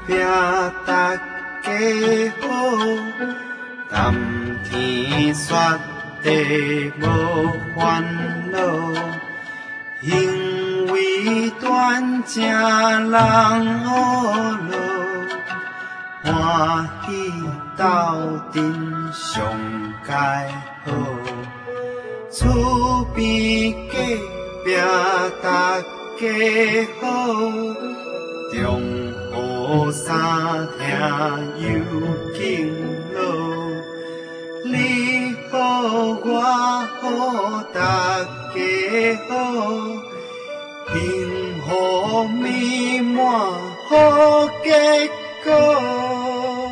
拼大家好，谈天说地无烦恼，行为端正人学路，欢喜斗阵上佳好，厝边隔壁大家好，中好三听又敬老，你好我好大家好，幸福美满好结果。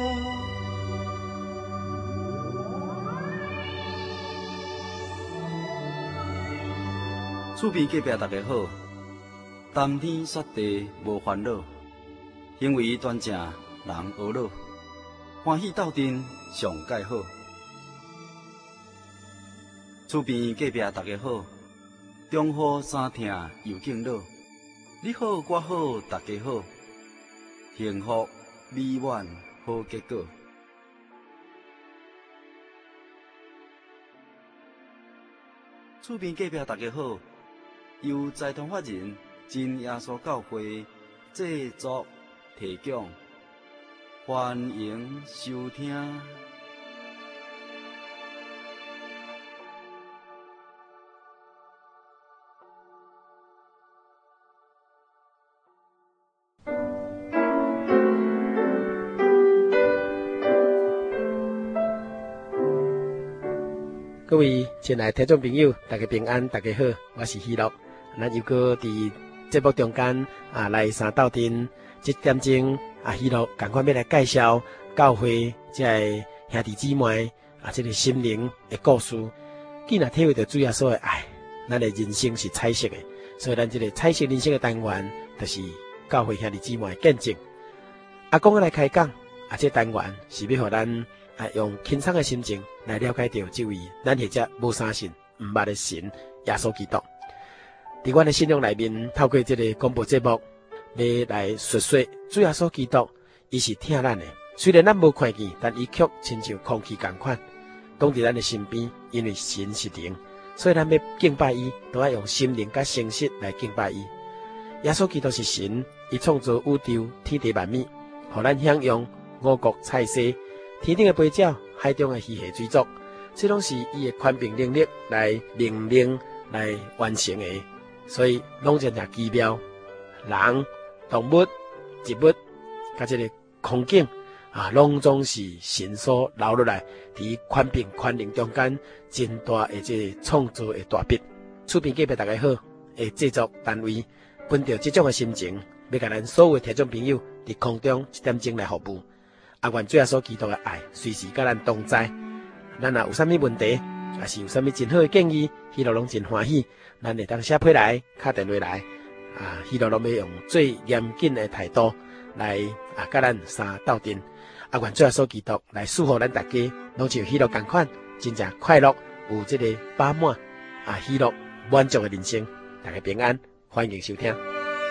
厝边隔壁大家好，谈天说地无烦恼，行为端正人学老，欢喜斗阵上介好。厝边隔壁大家好，中好三听又敬老，你好我好大家好，幸福美满好结果。厝边隔壁大家好，由财团法人真耶稣教会制作提供，欢迎收听。 各位亲爱的听众朋友，大家平安，大家好，我是喜乐。咱又搁伫节目中间来三斗阵这点钟喜乐赶快要来介绍教会这个兄弟姊妹这个心灵的故事。既然体会到主耶稣的爱，咱的人生是彩色的，所以咱这个彩色人生的单元，就是教会兄弟姊妹的见证。阿公来开讲，这单元是要互咱用轻松的心情来了解到这位咱或者无三神毋捌的神耶稣基督。伫阮的信仰内面，透过这个广播节目，要来述说主耶稣基督，伊是疼咱的。虽然咱无看见，但伊却亲像空气共款，挡伫咱的身边。因为神是灵，所以咱要敬拜伊，都要用心灵甲诚实来敬拜伊。耶稣基督是神，伊创造宇宙天地万物，互咱享用五谷菜色。天顶的飞鸟，海中的鱼虾水族，这拢是伊的权柄能力来命令来完成的，所以拢真正奇妙。人、动物、植物，甲这个空境拢总是神所留落来，伫权柄权能中间真大的这个创造的大笔。厝边隔壁大家好，制作单位本着这种的心情，要甲咱所有听众朋友伫空中一点钟来服务。愿主耶稣基督的爱随时甲咱同在。咱若有啥物问题，也是有啥物真好的建议，希罗拢真欢喜，咱会当写批来，敲电话来，希罗拢要用最严谨的态度来甲咱三斗阵。愿主耶稣基督来祝福咱大家，拢像希罗同款，真正快乐，有这个饱满希罗满足的人生。大家平安，欢迎收听。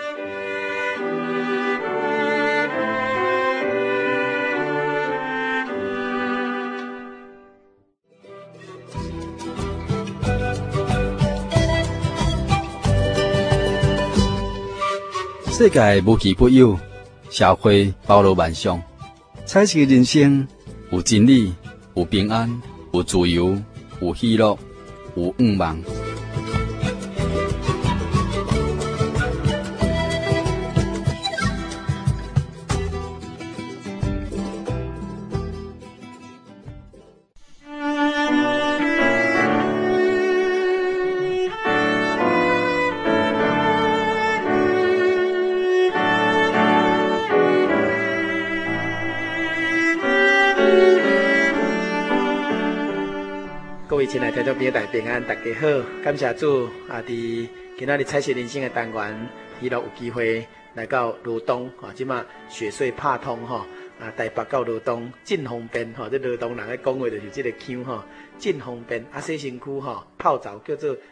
世界无奇不有，社会包罗万象，彩色人生有真理，有平安，有自由，有喜乐，有愿望。 各位亲爱的听众朋友，大家平安，大家好，感谢主伫今仔日彩色人生的单元，伊都有机会来到罗东即马雪隧拍通台北到罗东真方便这罗东人咧讲话就是这个腔真方便洗身躯泡澡叫做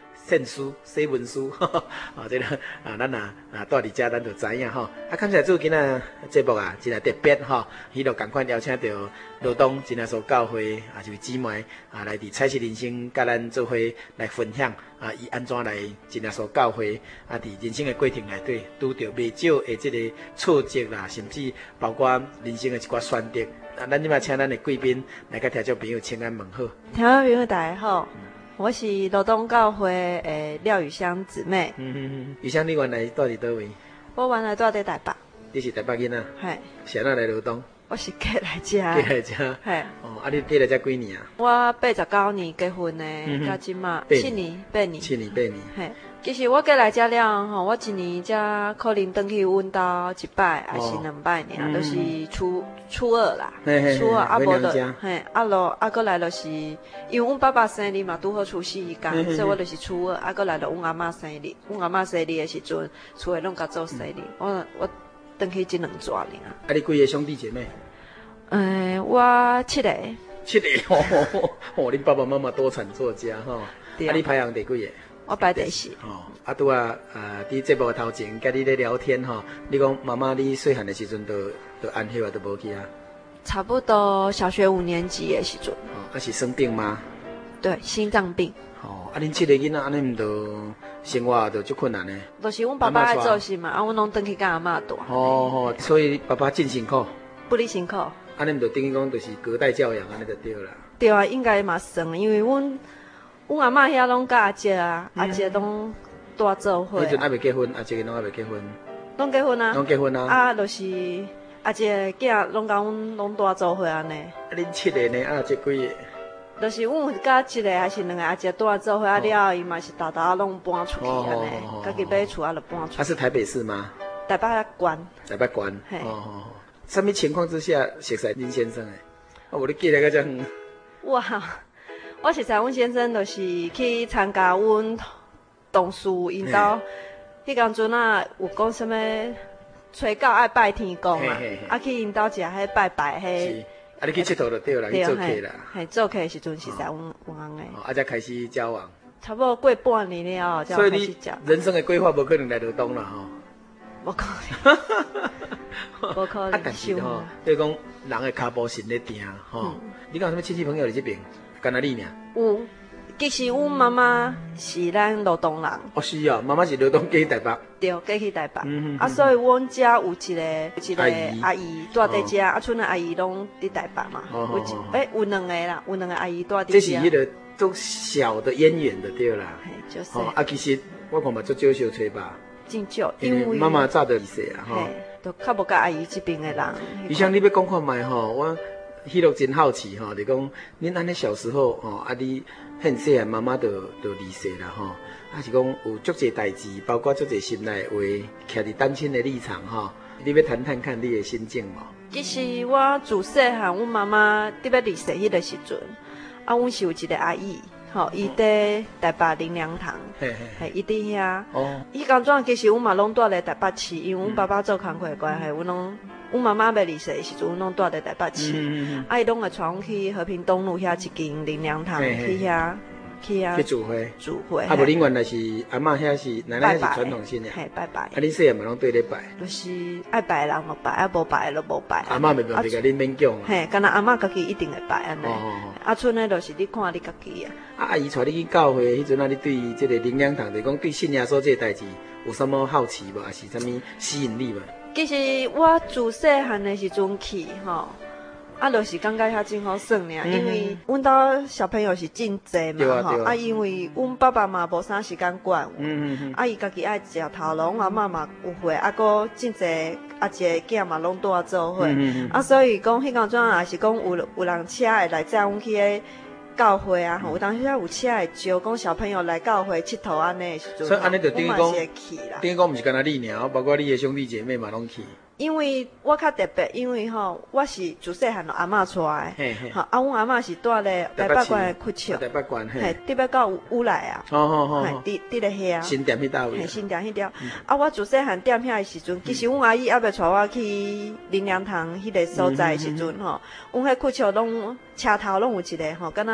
献书、写文书，这个咱住伫遮，咱就知影吼。感谢主今仔节目啊，真系特别吼，迄就赶快邀请到罗东真耶稣教会就是姊妹来伫彩色人生，甲咱做伙来分享伊安怎来真耶稣教会伫人生的过程内底，拄着未少的这个挫折啦，甚至包括人生的一寡选择。咱即摆请咱的贵宾来甲听众朋友请安问好。 听众朋友大家好。我是罗东教会廖雨香姊妹。 雨香，你原来住伫倒位？ 我原来住伫台北。 你是台北囡仔？ 嘿。 是哪来罗东？ 我是嫁来遮。 嫁来遮。 嘿。 你嫁来遮几年啊？ 我89年结婚的，到即马7年8年。 7年8年。 嘿。其实我嫁来遮了吼，我一年才可能回去阮兜一摆，还是2摆尔，都是初二啦。初二无就嘿，搁来就是因为阮爸爸生日嘛，拄好除夕天，所以我就是初二，搁来就阮阿嬷生日。阮阿嬷生日的时阵，厝诶拢甲做生日，我回去这2逝尔。 你几个兄弟姐妹？ 我7个。 7个哦，恁爸爸妈妈多产作家吼。你排行第几个？ 我排第4。 拄伫节目头前，甲你咧聊天吼，你讲妈妈你细汉的时阵都安休啊，都无去啊？ 差不多小学5年级的时阵。 是生病吗？ 对，心脏病。 恁7个囡仔安尼毋都生活都足困难呢？ 就是阮爸爸爱做事嘛，阮拢回去甲阿嬷住。 所以爸爸真辛苦。 不离辛苦。 安尼毋就等于讲，就是隔代教养安尼就对啦。 对啊，应该嘛算，因为阮阿嬷遐拢甲阿姐啊，阿姐拢住做伙。 迄阵还未结婚，阿姐拢还未结婚。 拢结婚啊？ 拢结婚啊。就是阿姐囝拢甲阮拢住做伙安尼。 恁7个呢？阿姐几个？ 就是阮有甲1个还是2个阿姐住做伙啊了，伊嘛是大拢搬出去安尼，家己买厝啊就搬出去。 是台北市吗？ 台北县。 台北县。什么情况之下熟悉恁先生的？无你记得个遮远。 我熟悉阮先生，就是去参加阮同事因兜，迄当阵啊有讲什么初九爱拜天公嘛，去因兜食迄拜拜迄。 你去佚佗就对啦，去做客啦。 做客的时阵是在阮翁的。 才开始交往。 差不多过半年了，才开始食。 所以你人生的规划无可能来罗东啦吼。 无可能，无可能。 但是吼，就是讲人的脚步神咧定吼。你讲什么亲戚朋友伫这边？干那你呢？ 有，其实阮妈妈是咱罗东人。 是啊，妈妈是罗东嫁去台北。 对，嫁去台北。所以阮家有一个阿姨住在遮，剩的阿姨拢伫台北嘛。有2个啦，有2个阿姨住在遮。 这是迄个都小的渊源的对啦。 就是。 其实我看嘛，足少小吹吧。 真少，因为妈妈早就离世啊， 都较无甲阿姨这边的人。 以前你要讲看卖吼，我迄落真好奇吼，就讲恁安尼小时候吼，你很细汉妈妈就离世啦吼，是讲有足侪代志，包括足侪心内的话，徛伫单亲的立场吼，你要谈谈看你的心境无？ 其实我自细汉，阮妈妈伫要离世迄个时阵，阮是有一个阿姨。伊伫台北林良堂，伊伫遐。伊当阵其实阮嘛拢住咧台北市，因为阮爸爸做工课的关系，阮妈妈要离世的时阵，阮拢住咧台北市。伊拢会带阮去和平东路遐一间林良堂去遐。去聚会。无恁原来是阿嬷遐是奶奶是传统信仰。 拜拜。 恁细汉嘛拢对咧拜。 就是爱拜的人就拜，无拜的就无拜。 阿嬷袂甲恁勉强。 敢若阿嬷家己一定会拜安尼。剩的就是你看你家己啊。 阿姨带你去教会，迄阵你对这个灵粮堂，就讲对信耶稣这个代志有什么好奇无，还是什么吸引力无？ 其实我自细汉的时阵去吼。就是感觉遐真好耍尔，因为阮兜小朋友是真济嘛吼，因为阮爸爸嘛无啥时间管我，伊家己爱食头路，阮阿嬷嘛有会，搁真济阿姐囝嘛拢拄啊做伙，所以讲迄当阵也是讲有人车会来载阮去个教会啊，有当时有车会招讲小朋友来教会佚佗安尼的时阵， 所以安尼就等于讲， 等于讲毋是干那你尔，包括你的兄弟姐妹嘛拢去。 因为我较特别，因为我是自细汉就阿嬷带的，阮阿嬷是住咧台北县的屈笑， 台北县伫要到乌来啊，伫咧遐， 新店迄搭位， 新店迄条。我自细汉踮遐的时阵，其实阮阿姨还未带我去林良堂迄个所在的时阵阮迄屈笑拢车头拢有一个敢若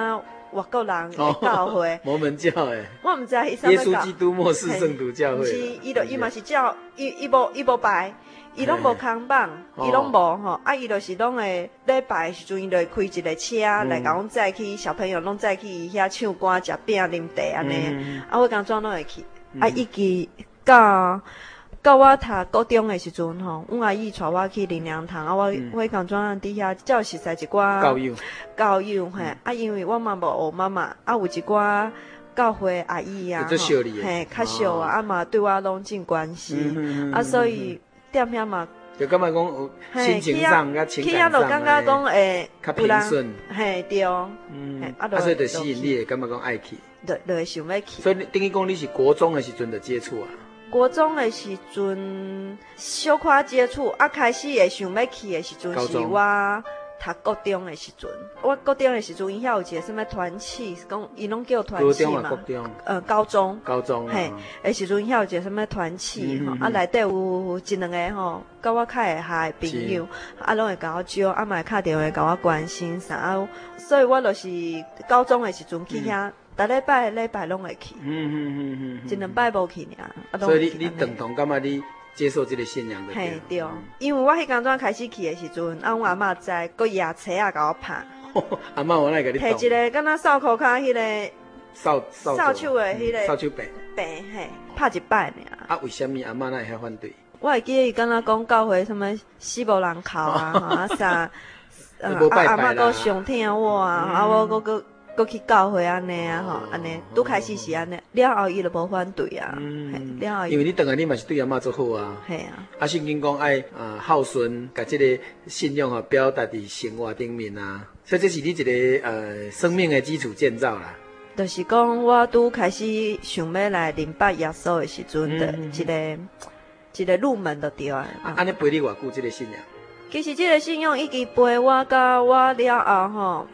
外国人的教会， 摩门教诶， 我毋知伊啥物教。 耶稣基督末世圣徒教会。 是，伊嘛是教，伊无拜，伊拢无扛棒，伊拢无吼，啊伊就是拢会礼拜时阵，伊就会开一个车来甲阮载去，小朋友拢载去伊遐唱歌、食饼、啉茶安尼，啊我刚装拢会去，啊伊记到我读高中的时阵吼，阮阿姨带我去灵粮堂，啊我刚装伫遐教习在一寡教友嘿，啊因为我嘛无学妈妈，啊有一寡教会阿姨啊，嘿较少啊，啊嘛对我拢真关心，啊所以踮遐嘛， 就感觉讲有心情上甲情感上， 去遐就感觉讲会较平顺， 嘿对，啊所以就吸引你，感觉讲爱去， 就会想要去。 所以等于讲你是国中的时阵就接触啊。 国中的时阵，小可接触，啊，开始会想要去的时阵是我读高中的时阵。我高中的时阵，伊遐有一个什么团契，是讲伊拢叫团契嘛。高中。高中。嘿，的时阵伊遐有一个什么团契吼，啊，内底有一两个吼，甲我较会合的朋友，啊，拢会甲我招，啊，嘛会敲电话甲我关心啥，啊，所以我就是高中的时阵去遐。逐礼拜拢会去，一两摆无去尔。 所以你等同感觉你接受这个信仰的？ 嘿对，因为我迄刚开始去的时阵，啊，阮阿嬷知，佮夜车啊甲我拍。 阿嬷我来甲你动。 摕一个敢若扫裤骹迄个扫帚的迄个扫帚柄， 嘿，拍一摆尔。 啊，为什么阿嬷那会遐反对？ 我会记得伊敢若讲教会什么死无人哭啊，啊啥，阿嬷佮上疼我啊，啊我佮去教会安尼啊吼，安尼拄开始是安尼，了后伊就无反对啊，了后因为你等下你嘛是对阿嬷做好啊， 系啊， 啊圣经讲爱孝顺，甲这个信仰吼表达伫生活顶面啊，所以这是你一个生命的基础建造啦。 就是讲我拄开始想要来明白耶稣的时阵的一个入门就对啊。 安尼陪你偌久这个信仰？ 其实这个信仰已经陪我到我了后吼。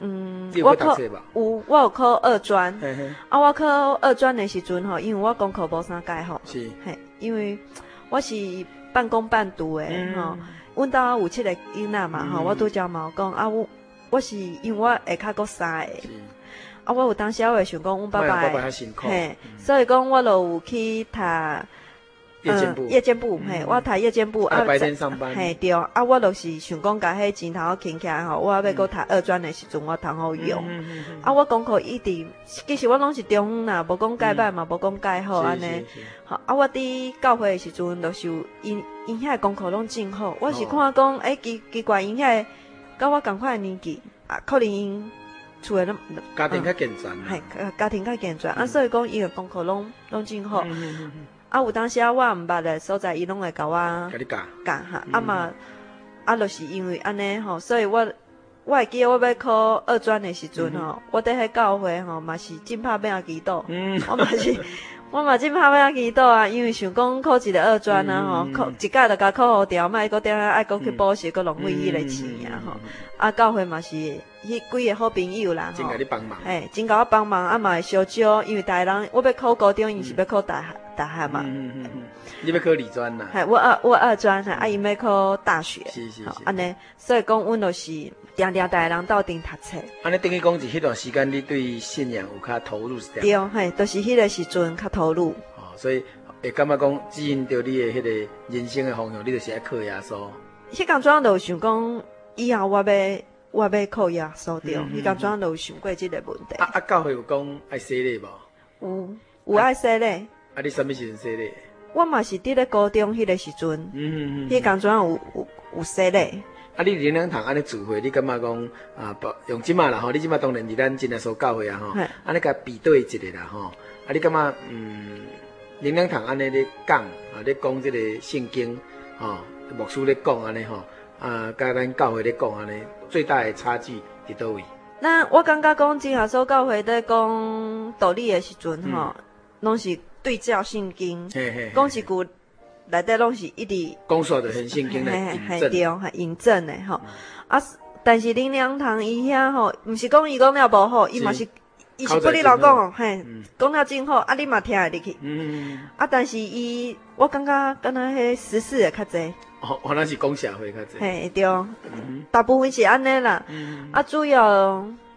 我有考二专，啊，我考二专的时阵吼，因为我功课无啥改好， 是， 嘿，因为我是半工半读的吼，阮家有7个囡仔嘛吼，我拄则嘛有讲啊，我是因为我下较国3个，啊，我有当时我会想讲，阮爸爸嘿，所以讲我就有去读。夜间部，嘿，我读夜间部， 啊，白天上班， 嘿，对，啊，我就是想讲，甲迄钱头存起来吼，我要搁读二专的时阵，我通好用。啊，我功课一直，其实我拢是中啦，无讲介歹嘛，无讲介好安尼。好，啊，我伫教会的时阵，就是因遐功课拢真好，我是看讲，奇怪，因遐甲我同款的年纪，啊，可能因厝的家庭较健全， 嘿，家庭较健全，啊，所以讲伊的功课拢真好。啊，有当时啊，我毋捌的所在，伊拢会甲我教哈，啊嘛，啊，就是因为安尼吼，所以我会记得我要考二专的时阵吼，我伫迄教会吼嘛是真拍拼祈祷，我嘛真拍拼祈祷啊，因为想讲考一个二专啊吼，考一届就甲考好掉，莫搁点爱搁去补习，搁浪费迄个钱啊吼，啊，教会嘛是迄几个好朋友啦， 真甲你帮忙， 嘿，真甲我帮忙，啊嘛会小招，因为大人我要考高中，伊是要考大学嘛， 你要考理专啦， 系我二专，啊伊要考大学， 是， 安尼，所以讲阮就是定大人斗阵读册， 安尼等于讲是迄段时间你对信仰有较投入是点？ 对，嘿，就是迄个时阵较投入， 所以会感觉讲指引着你的迄个人生的方向，你就是爱靠耶稣。 迄工阵就想讲，以后我要靠耶稣对，迄工阵就有想过即个问题。 啊，教会有讲爱洗礼无？ 有爱洗礼。 啊，你什么时阵洗礼？ 我嘛是伫咧高中迄个时阵，迄工阵有洗礼。 啊，你灵粮堂安尼聚会，你感觉讲啊，用即马啦吼，你即马当然伫咱真耶稣教会啊吼，安尼甲比对一个啦吼，啊，你感觉灵粮堂安尼咧讲啊，咧讲即个圣经吼，牧师咧讲安尼吼，啊，甲咱教会咧讲安尼，最大的差距伫倒位？ 那我感觉讲真耶稣教会咧讲道理的时阵吼，拢是对照圣经，讲一句内底拢是一直讲说着很圣经来印证的吼。啊，但是灵粮堂伊遐吼，毋是讲伊讲了无好，伊嘛是伊是不你老讲哦，嘿，讲了真好，啊你嘛听会入去。啊，但是我感觉敢若迄时事会较济。 可能是讲社会较济。 嘿，对，大部分是安尼啦。啊，主要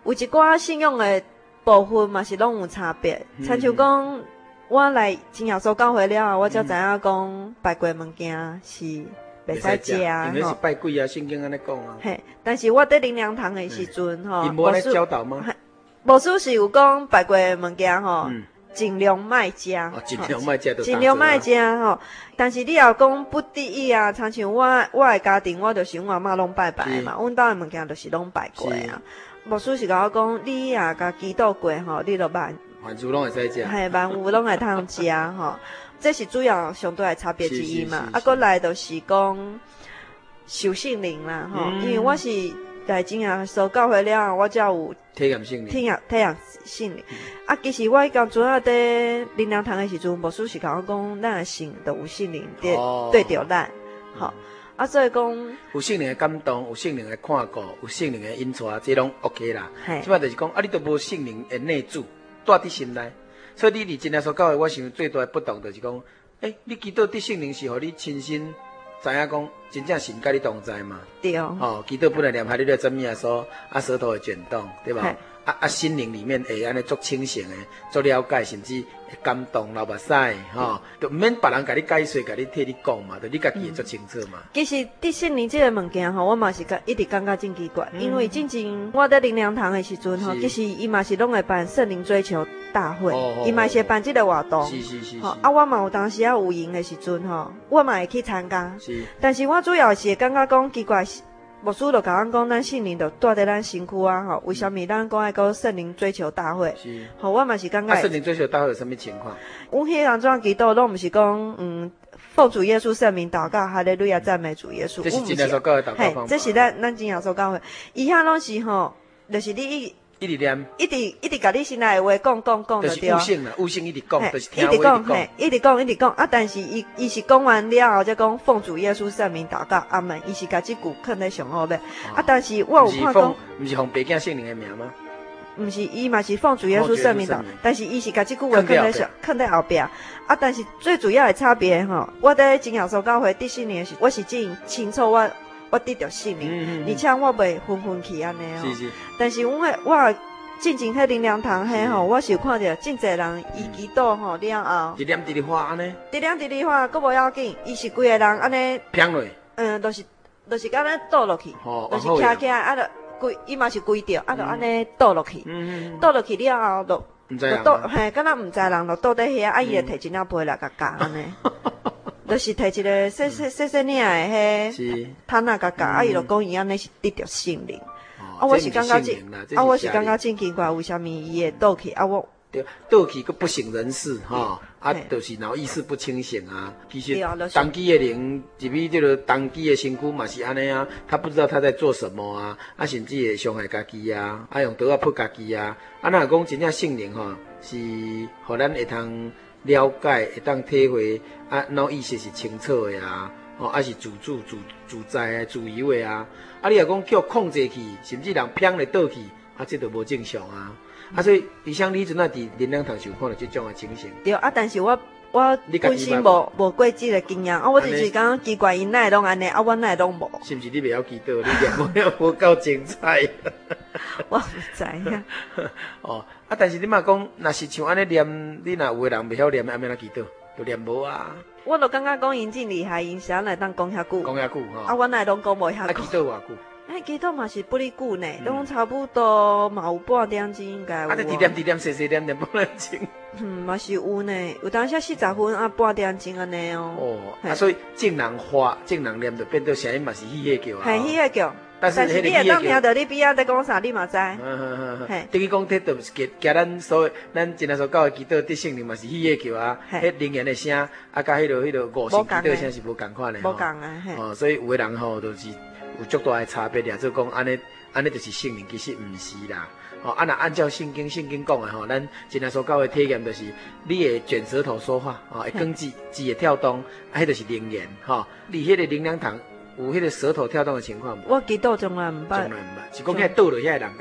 有一寡信用的部分嘛是拢有差别，亲像讲我来真耶稣教会了，我才知影讲拜过物件是袂使食啊， 因为是拜鬼啊，圣经安尼讲啊。 嘿，但是我伫灵粮堂的时阵吼， 因无安尼教导吗？ 牧师是有讲拜过物件吼，尽量莫食， 尽量莫食， 尽量莫食吼。但是你要讲不得已啊，亲像我的家庭，我就是阮阿嬷拢拜拜嘛，阮兜的物件就是拢拜过啊。牧师是甲我讲，你也甲祈祷过吼，你就万事拢会使食， 嘿，万物拢会通食吼。这是主要上大的差别之一嘛。啊，过来就是讲受圣灵啦吼，因为我是来真耶稣教会了，我才有体验圣灵， 体验圣灵。啊，其实我刚主要在灵粮堂的时阵，牧师是甲我讲，咱的心都有圣灵对着咱，吼。啊，所以讲有圣灵的感动，有圣灵的看顾，有圣灵的引带，这拢 OK 啦。即摆就是讲，啊，你都无圣灵的内住，带伫心内。所以你伫真耶稣教会，我想最大的不同就是讲，你祈祷得圣灵是互你亲身知影讲，真正神甲你同在嘛。 对。 祈祷本来念下你咧怎么耶稣，舌头会转动，对吧？心灵里面会安尼足清醒的，足了解，甚至会感动流目屎，就毋免别人甲你解说，甲你替你讲嘛，就你家己会足清楚嘛。 其实得圣灵这个物件吼，我嘛是一直感觉真奇怪，因为之前我在灵粮堂的时阵吼，其实伊嘛是拢会办圣灵追求大会，伊嘛是办这个活动。 是。 我嘛有当时有闲的时阵吼，我嘛会去参加。 是。 但是我主要是会感觉讲奇怪。牧师就甲咱讲，咱圣灵就住伫咱身躯啊！吼，为什么咱讲爱讲圣灵追求大会？ 是。 吼，我嘛是感觉。 圣灵追求大会有什么情况？ 阮迄人怎祈祷，拢毋是讲奉主耶稣圣名祷告，哈利路亚赞美主耶稣。 这是真耶稣教会祷告方法。 这是咱真耶稣教会。伊遐拢是吼，就是你一直念， 一直甲你心内的话讲就对。 就是悟性啦，悟性一直讲，就是听话一直讲。啊，但是伊是讲完了后，才讲奉主耶稣圣名祷告，阿门。伊是甲这句放在上后尾。啊，但是我有看讲， 不是奉白囝圣灵的名吗？ 毋是，伊嘛是奉主耶稣圣名祷，但是伊是甲这句话放在后边。啊，但是最主要的差别吼，我在真耶稣教会第4年时，我是真清楚我得到圣灵，而且我袂昏去安尼哦。 是。但是我进前迄灵粮堂迄吼，我是有看到真侪人伊祈祷吼了后， 一念一直发安尼， 一念发，佫无要紧，伊是规个人安尼偏落， 就是敢若倒落去，就是徛起来啊，就规伊嘛是规着，啊，就安尼倒落去，倒落去了后就倒，敢若毋知人就倒伫遐，啊，伊就摕一领杯来甲夹安尼。就是摕一个细领的迄摊仔甲，啊，伊就讲伊安尼是得着圣灵。我是感觉真奇怪，为什么伊会倒去？我倒去佫不省人事就是脑意识不清醒啊。其实当机的灵入去这个当机的身躯嘛是安尼啊，他不知道他在做什么啊，甚至会伤害家己啊，用刀扑家己啊。若讲真正圣灵是互咱会通了解，会当体会脑意识是清楚的是自主、自在、自由的你若讲叫控制去，甚至人偏来倒去，这就无正常所以李湘你阵伫灵粮堂受看到这种的情形。 对但是我本身无过这个经验我就是讲奇怪，因哪会拢安尼我哪会拢无？ 是毋是你袂晓祈祷？你念无够精彩？ 我唔知影。 但是你嘛讲，若是像安尼念，你若有个人袂晓念，安怎祈祷？就念无我就感觉讲因真厉害，因是安来当讲遐久。 讲遐久我哪会拢讲无遐久？ 祈祷偌久？ 祈祷嘛是不离久呢，拢差不多嘛有半点钟应该有。 直念细念半点钟。 嘛是有呢，有当时40分半点钟安尼所以正人发正人念就变到声音嘛是喜个叫喜个叫。但是你会当听到你边仔在讲啥，你嘛知。 等于讲，这就是加咱所咱真耶稣教会祈祷得圣灵嘛是喜个叫迄灵言的声甲迄落五声祈祷声是无共款的。 无共所以有个人就是有足大的差别俩，就讲安尼就是圣灵，其实毋是啦。若按照圣经讲的咱真耶稣教会体验就是你会卷舌头说话会讲字会跳动，迄就是灵言你迄个灵粮堂有迄个舌头跳动的情况无？ 我祈祷从来毋捌， 是讲遐倒落遐人讲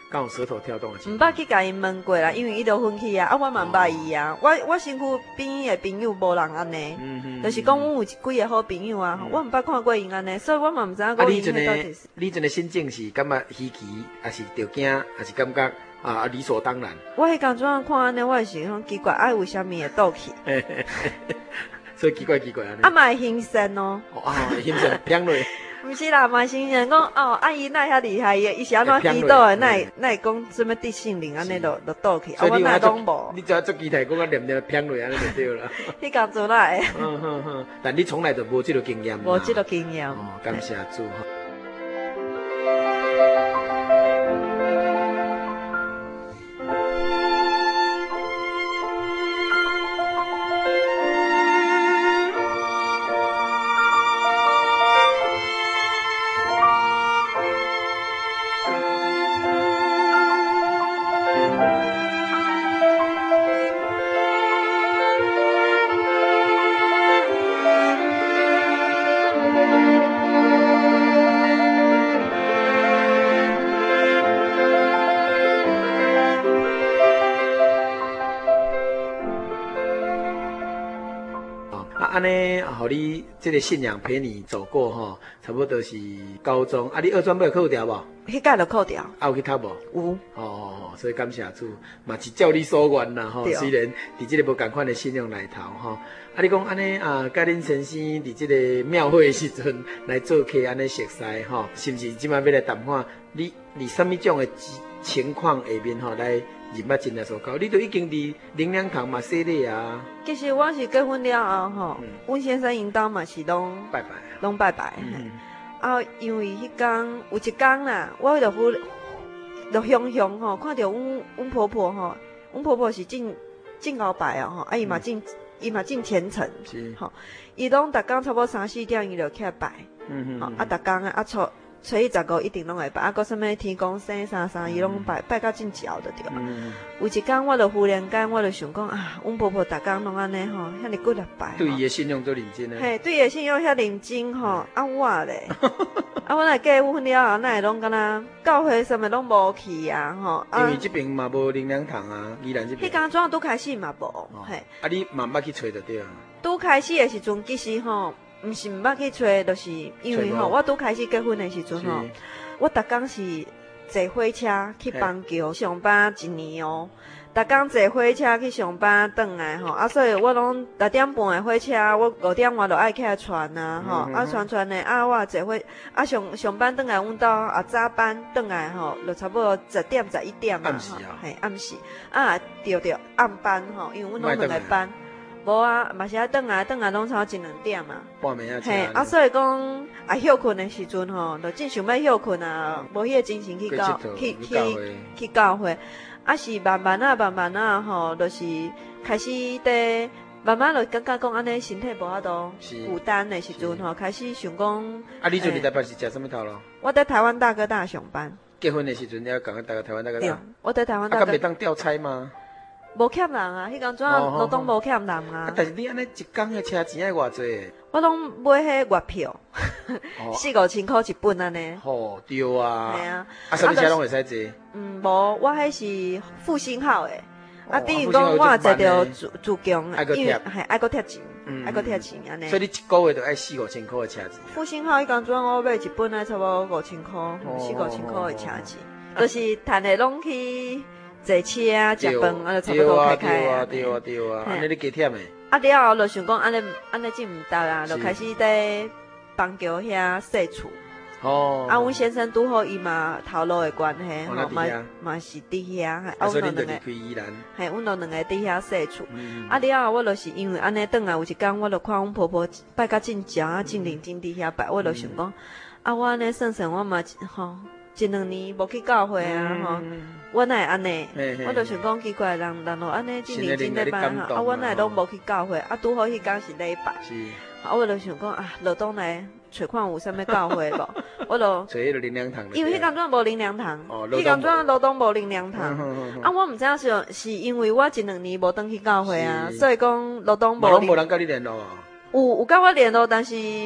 敢有舌头跳动的情毋况？ 捌去甲伊问过啦，因为伊就分去啊，我嘛毋捌伊啊。我身躯边的朋友无人安尼，就是讲阮有几个好朋友啊，我毋捌看过因安尼，所以我嘛毋知影讲伊迄到底是。 你阵的心境是感觉稀奇，还是着惊，还是感觉理所当然？ 我迄工阵看安尼，我是讲奇怪，为虾米会倒去？ 所以奇怪安尼。 啊，嘛会形神哦。 形神飘落。 毋是啦，嘛形神讲阿姨那遐厉害的，伊是安怎祈祷的？那会讲什么得圣灵安尼就倒去，我那拢无。 你只要做期待，讲念念飘落安尼就对了。 迄工阵哪会？ 但你从来就无这个经验。 无这个经验。 感谢主。安尼，互你这个信仰陪你走过吼，差不多是高中。你二专要考掉无？ 迄届就考掉。 有去读无？ 有。 所以感谢主，嘛是照你所愿啦吼。虽然伫这个无共款的信仰内头吼，你讲安尼甲恁先生伫这个庙会的时阵来做客安尼熟悉吼，是不是即摆要来谈看你什么种的情况下面吼来入捌真来所教？你都已经伫灵粮堂嘛洗礼啊。 其实我是结婚了后吼，阮先生因兜嘛是拢拜拜。因为迄天有一天啦，我就雄吼，看到阮婆婆吼，阮婆婆是真后拜吼，伊嘛真虔诚，吼，伊拢逐工差不多3-4点伊就起来拜，逐工初一15一定拢会拜，搁什么天公生啥伊拢拜到真巧就对了。有一天我就忽然间我就想讲阮婆婆逐工拢安尼吼，遐尼几礼拜， 对伊的信仰做认真啊。 嘿，对伊的信仰遐认真吼，我咧，我若结婚了后，哪会拢敢若教会什么拢无去啊吼。 因为这边嘛无灵粮堂啊，宜兰这边。 迄工阵拄开始嘛无，嘿。 你嘛捌去找就对啊。 拄开始的时阵，其实吼。毋是毋捌去找，就是因为吼，我拄开始结婚的时阵吼，我逐工是坐火车去邦桥上班1年哦，逐工坐火车去上班转来吼，所以我拢6点半的火车，我5点我就爱起来传啊吼，传的我坐火上班转来阮兜早班转来吼，就差不多10点11点嘛，嘿暗时着暗班吼，因为阮拢2个班。无嘛是转来拢差1-2点嘛， 半暝啊， 嘿，所以讲休困的时阵吼，就真想要休困啊，无迄个精神去教会，是慢慢吼，就是开始在慢慢就感觉讲安尼身体无法度负担的时阵吼，开始想讲。 你做伫台北是食什么头路？ 我在台湾大哥大上班。 结婚的时阵要讲台湾大哥大。 对，我在台湾大哥大。 袂当调差吗？ 无欠人啊，迄工阵劳动无欠人啊。 但是你安尼一工的车钱爱偌济？ 我拢买迄月票，4-5千块一本安尼。 哦，对啊。 系啊。 什么车拢会使坐？ 无，我迄是复兴号的。等于讲我坐着自强，因为爱搁贴钱，安尼。 所以你一个月就爱4-5千块的车钱。 复兴号迄工阵我买一本差不多5千块，4-5千块的车钱，就是赚的拢去。坐车食饭，就差不多开。 对啊，安尼你加忝诶。 了后就想讲安尼真毋得啦，就开始在邦桥遐洗厝。阮先生拄好伊嘛头路的关系，嘛是伫遐。 所以恁就离开宜兰。 嘿，阮就2个伫遐洗厝。了后我就是因为安尼转来有一天，我就看阮婆婆拜甲真诚真认真伫遐拜，我就想讲我安尼算我嘛吼。1-2年无去教会啊吼，我哪会安尼？我就想讲奇怪，人就安尼真认真咧办哈，我哪会拢无去教会？拄好迄天是礼拜，我就想讲落倒来找看有啥物教会无？我就找迄个灵粮堂， 因为迄工阵无灵粮堂，迄工阵劳动无灵粮堂，我毋知影是因为我1-2年无转去教会啊，所以讲劳动无。 拢无人甲你联络啊？ 有甲我联络，但是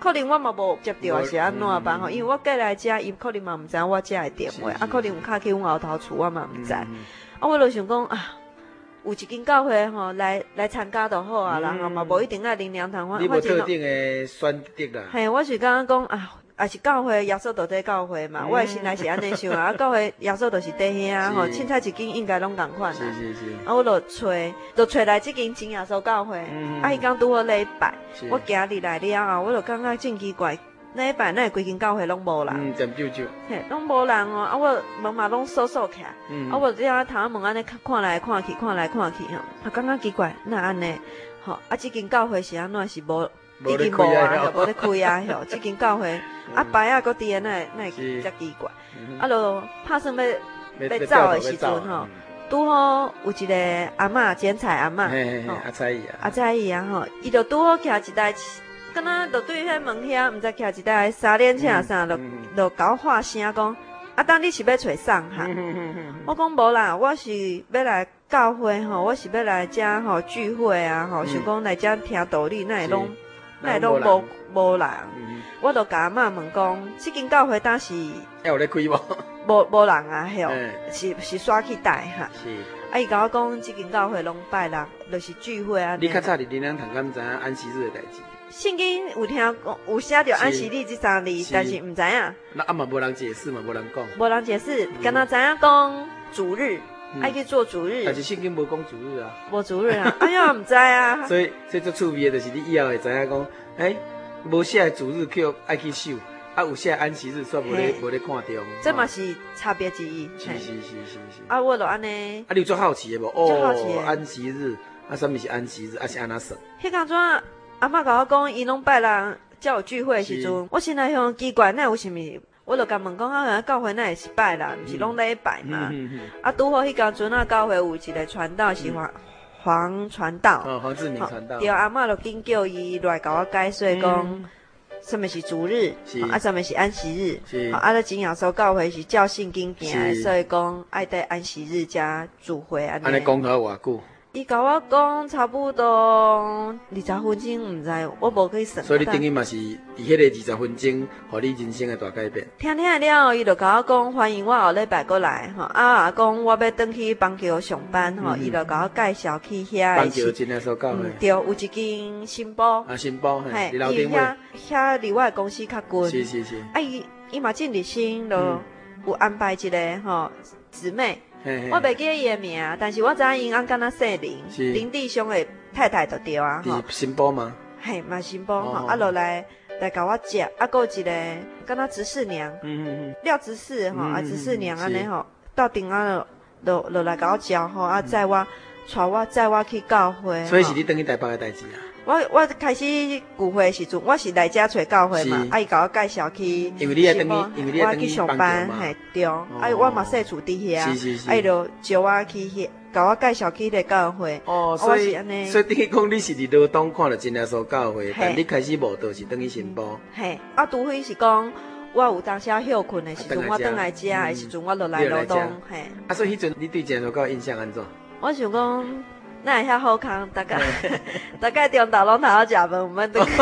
可能我嘛无接到还是安怎吧吼，因为我过来遮，伊可能嘛毋知我遮的电话，啊，可能有敲去阮后头厝，我嘛毋知。啊，我就想讲啊，有一间教会吼来参加就好啊啦，吼嘛无一定爱领粮堂。 你无特定的选择啦。 嘿，我是感觉讲啊。也是教会，耶稣就在教会嘛。我的心内是安尼想啊，教会耶稣就是弟兄啊，吼，凊彩一间应该拢共款啦。 是。 啊，我就找来这间真耶稣教会，啊，迄天拄好礼拜，我行入来了后，我就感觉真奇怪，礼拜那规间教会拢无人， 渐少。 嘿，拢无人哦，啊，我门嘛拢锁起来，啊，我只啊头仔门安尼看来看去吼，啊，感觉奇怪，那安尼，吼，啊，这间教会是安怎是无？已经无啊，无咧开啊，吼！即间教会啊，牌啊，搁伫那会遮奇怪。啊，就拍算要走的时阵吼，拄好有一个阿嬷剪彩阿嬷，阿彩姨啊吼，伊就拄好徛一台，敢若就对迄门遐，毋知徛一台三轮车啥，就甲我喊声讲，啊，当你是要找送哈？我讲无啦，我是要来教会吼，我是要来遮吼聚会啊吼，想讲来遮听道理，那会拢无人，我就甲阿嬷问讲，即间教会当时有咧开无人啊，吼，是刷去带哈。是，啊，伊甲我讲，即间教会拢拜六，就是聚会啊。 你较早伫林良堂敢毋知影安息日的代志？ 圣经有听讲，有写着安息日这三字，但是毋知影。 那啊嘛无人解释嘛，无人讲。 无人解释，敢若知影讲主日。爱去做主日， 但是圣经无讲主日啊， 无主日啊，哎呀，毋知啊。 所以最趣味的就是你以后会知影讲，无写主日叫爱去守，啊有写安息日煞无咧看到。 这嘛是差别之一。 是。 啊，我就安尼。 啊，你有做好奇的无？哦，安息日，啊，什么是安息日？啊是安那算？ 迄当阵阿嬷甲我讲，伊拢拜人叫有聚会的时阵，我心内想奇怪，那有啥物？我就甲问讲，啊，教会那会是拜啦，毋是拢咧拜嘛？啊，拄好迄天阵啊，教会有一个传道是黄传道， 黄志明传道。 对，阿嬷就紧叫伊来甲我解说讲，什么是主日，啊，什么是安息日，啊，咧真耶稣教会是照圣经行的，所以讲爱在安息日加主会安尼。 安尼讲好偌久？ 伊甲我讲差不多20分钟，毋知我无去算。 所以你等于嘛是伫迄个20分钟，互你人生的大改变。 听了后，伊就甲我讲欢迎我后礼拜过来吼，啊讲我要转去邦桥上班吼，伊就甲我介绍去遐。 邦桥真耶稣教会。 对，有一间新宝。 啊，新宝， 嘿，伊遐离我的公司较近。 是。 啊，伊嘛真热心，就有安排一个吼姊妹。我袂记伊的名，但是我知影因安敢若姓林弟兄的太太就对啊吼。 新宝吗？ 嘿，嘛新宝吼，啊落来甲我食，啊，还有一个敢若执事娘，廖执事吼，啊执事娘安尼吼，到顶啊落来甲我教吼，啊载我去教会。 所以是你等于台北的代志啊？ 我开始聚会时阵，我是来遮找教会嘛，啊伊甲我介绍去， 因为你要等于上班，嘿对，啊我嘛细厝伫遐，啊伊就招我去遐，甲我介绍去迄个教会。 哦，所以等于讲你是伫罗东看了真耶稣教会，但你开始慕道是等于新报。 嘿，啊除非是讲我有当时休困的时阵，我倒来遮的时阵，我就来罗东。嘿， 啊所以迄阵你对真耶稣教印象安怎？ 我想讲。那会遐好康，大概中昼拢头好食饭，毋免等。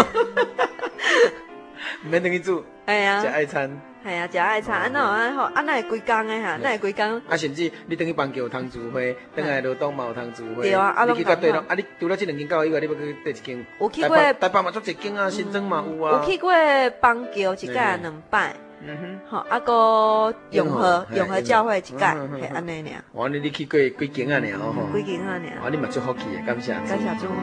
毋免等去煮。 系啊。 食爱餐。 系啊，食爱餐，安那好，安那会规工诶哈，那会规工。 啊，甚至你等去邦桥有通聚会，等来罗东嘛有通聚会。 对啊， 你去到对咯，啊，你除了这两间教会以外，你要去第一间？ 有去过。 台北嘛，足一间啊，新庄嘛有啊。 有去过邦桥一届2摆。好，啊个永和教会一届，系安尼尔。 哇，你去过几间啊？尔吼？ 几间啊？尔。 哇，你嘛足福气诶，感谢。 感谢主吼。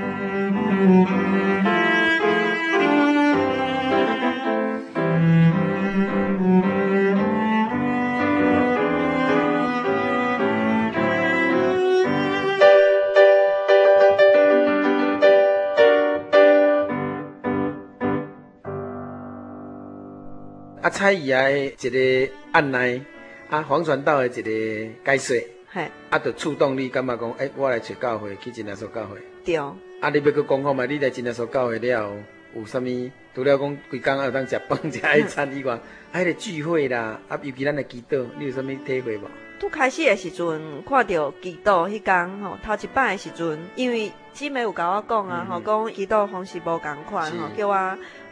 啊，蔡姨啊，一个案内，啊，黄传道的一个解说，啊，就触动你感觉讲，我来找教会，去真耶稣教会。 对。 啊，你要去讲看嘛？你来真耶稣教会了后，有啥物？除了讲规工有当食饭、食爱餐以外，啊，迄个聚会啦，啊，尤其咱的祈祷，你有啥物体会无？拄开始的时阵，看到祈祷迄天吼，头一摆的时阵，因为姊妹有甲我讲啊，吼，讲祈祷方式无共款吼，叫我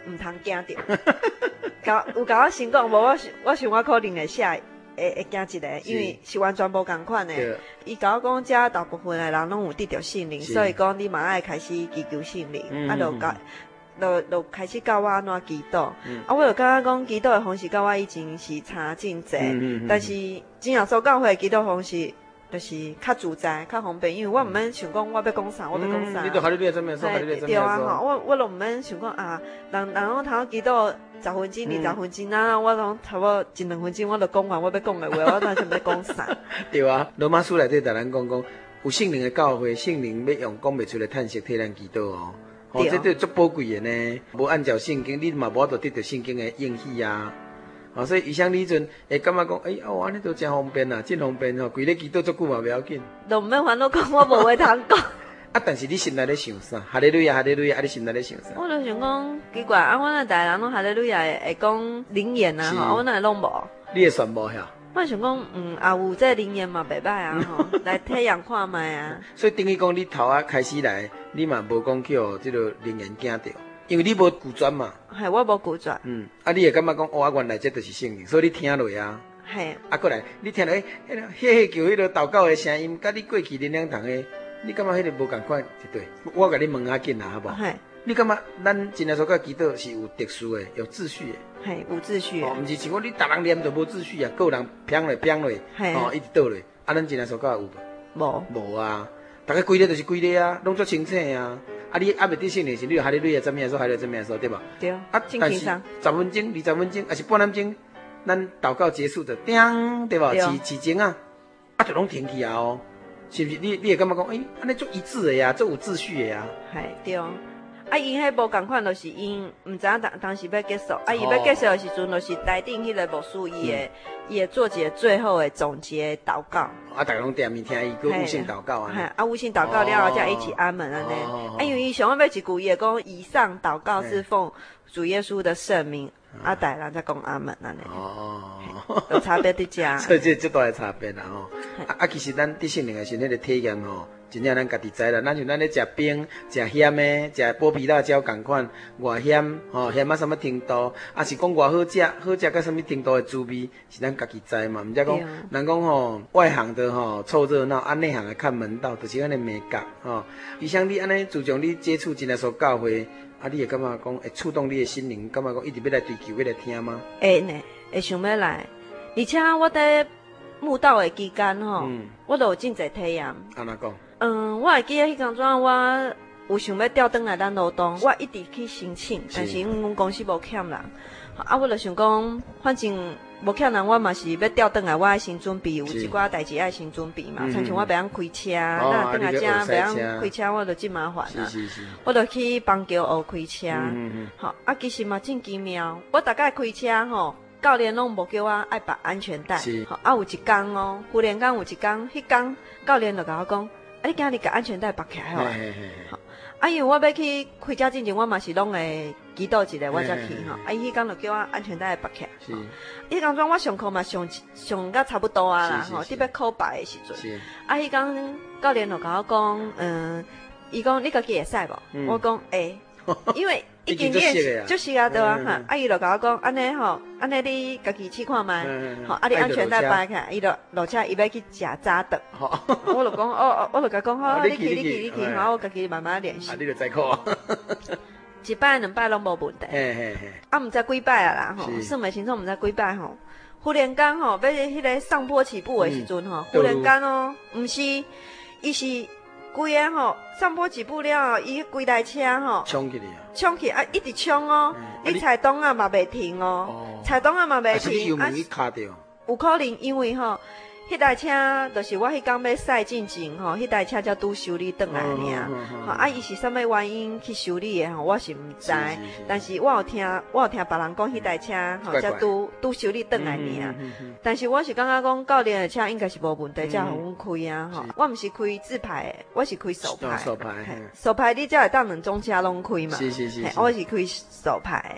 唔通惊着。有甲我先讲，无我想我可能会写会惊一个，因为是完全无共款的。伊甲我讲，遮大部分的人拢有得着圣灵，所以讲你嘛爱开始祈求圣灵，就开始教我安怎祈祷。我就感觉讲祈祷的方式，甲我以前是差真侪，但是真耶稣教会的祈祷方式。就是较自在、较方便，因为我毋免想讲我要讲啥，我要讲啥。 你都哈利路亚怎么样说？哈利路亚怎么样说？ 对啊，我都毋免想讲啊，人拢头祈祷10分钟、20分钟啊，我拢差不多1-2分钟，我就讲完我要讲的话，我哪想要讲啥？ 对啊，罗马书内底，咱讲有圣灵的教会，圣灵要用讲不出的叹息替咱祈祷哦。这都足宝贵的呢。无按照圣经，你嘛无法度得到圣经的应许啊。所以以上你阵会感觉讲，安尼都真方便啊，真方便吼，规日祈祷足久嘛不要紧。 都毋免烦恼讲，我无话通讲。 但是你心内咧想啥？哈利路亚，哈利路亚，你心内咧想啥？ 我就想讲奇怪，我那大人拢哈利路亚会讲灵言啊，吼，我那拢无。 你会选无呀？ 我想讲，有这灵言嘛，袂歹啊，吼，来体验看卖啊。 所以等于讲，你头啊开始来，你嘛无讲叫这个灵言惊着。因为你无拒绝嘛， 系我无拒绝。 你会感觉讲，原来这就是圣灵，所以你听落啊。 系。 过来，你听落，迄叫迄个祷告的声音，甲你过去恁两堂的，你感觉迄个无共款一对？我甲你问下紧啦，好不好？系。你感觉咱真耶稣教祈祷是有特殊的、有秩序的？ 系有秩序的。 毋是像我你逐人念就无秩序啊，个人偏落偏落，一直倒落。咱真耶稣教有无？无啊，大家规日就是规日啊，拢足清醒啊。你未得圣灵时，你就哈利路亚怎么样说，哈利路亚怎么样说，对吧？ 对。 但是10分钟、20分钟，还是半点钟，咱祷告结束就叮，对吧？起钟啊，就拢停去啊哦，是不是？你会感觉讲，安尼足一致的呀，足有秩序的呀。 系对。因迄无共款，就是因毋知影当时要结束，伊要结束的时阵，就是台顶迄个牧师伊会做一个最后的总结祷告。 大家拢点面听伊个悟性祷告啊。 悟性祷告了后，才一起阿门安尼。因为伊想要一句，伊会讲以上祷告是奉主耶稣的圣名，大人才讲阿门安尼。有差别伫遮。 所以这大的差别啦吼。其实咱伫圣灵的时迄个体验吼。真正咱家己知啦，咱像咱咧食冰、食咸的、食剥皮辣椒共款，偌咸咸啊什么程度，是讲偌好食到什么程度的滋味，是咱家己知嘛。毋则讲，人讲外行的凑热闹，内行的看门道，就是安尼美感就像你安尼，自从你接触真耶稣教会，你会感觉讲会触动你的心灵，感觉讲一直要来追求，要来听吗？ 会呢，会想要来，而且我在慕道的期间我都有真侪体验。 安怎讲？ 我会记得迄当阵，我有想要调转来咱罗东，我一直去申请，但是因为公司无欠人，我就想讲，反正无欠人，我嘛是要调转来，我爱先准备，有一寡代志爱先准备嘛。亲像我袂晓开车，那转来遮袂晓开车，我就真麻烦啦。我就去邦桥学开车，其实嘛真奇妙。我大概开车教练拢无叫我爱绑安全带，有一天忽然间有一天，迄天教练就甲我讲。你今日把安全带绑起来好。因为我要去开车之前，我嘛是拢会祈祷一下，我才去伊迄天就叫我安全带绑起来。迄当阵我上课嘛上甲差不多啊啦伫要考牌的时阵。迄天教练就甲我讲，伊讲你家己会使无？我讲会，因为已经就熟啊对啊伊就甲我讲安尼安尼你家己试看卖，你安全带绑起来，伊就落车伊要去食早顿，我就讲我就甲讲好，你去，我家己慢慢练习。 你就再考。 一摆2摆拢无问题。毋知几摆啊啦算袂清楚，毋知几摆忽然间要迄个上坡起步的时阵忽然间毋是，伊是。规个上坡起步了，伊规台车冲起一直冲你踩档啊嘛袂停踩档啊嘛袂停有可能因为迄台车就是我迄天要驶进前迄台车才拄修理转来尔伊是啥物原因去修理的我是毋知，但是我有听别人讲迄台车才拄修理转来尔，但是我是感觉讲教练的车应该是无问题，才互阮开啊我毋是开自排的，我是开手排，手排你才会当2种车拢开嘛，我是开手排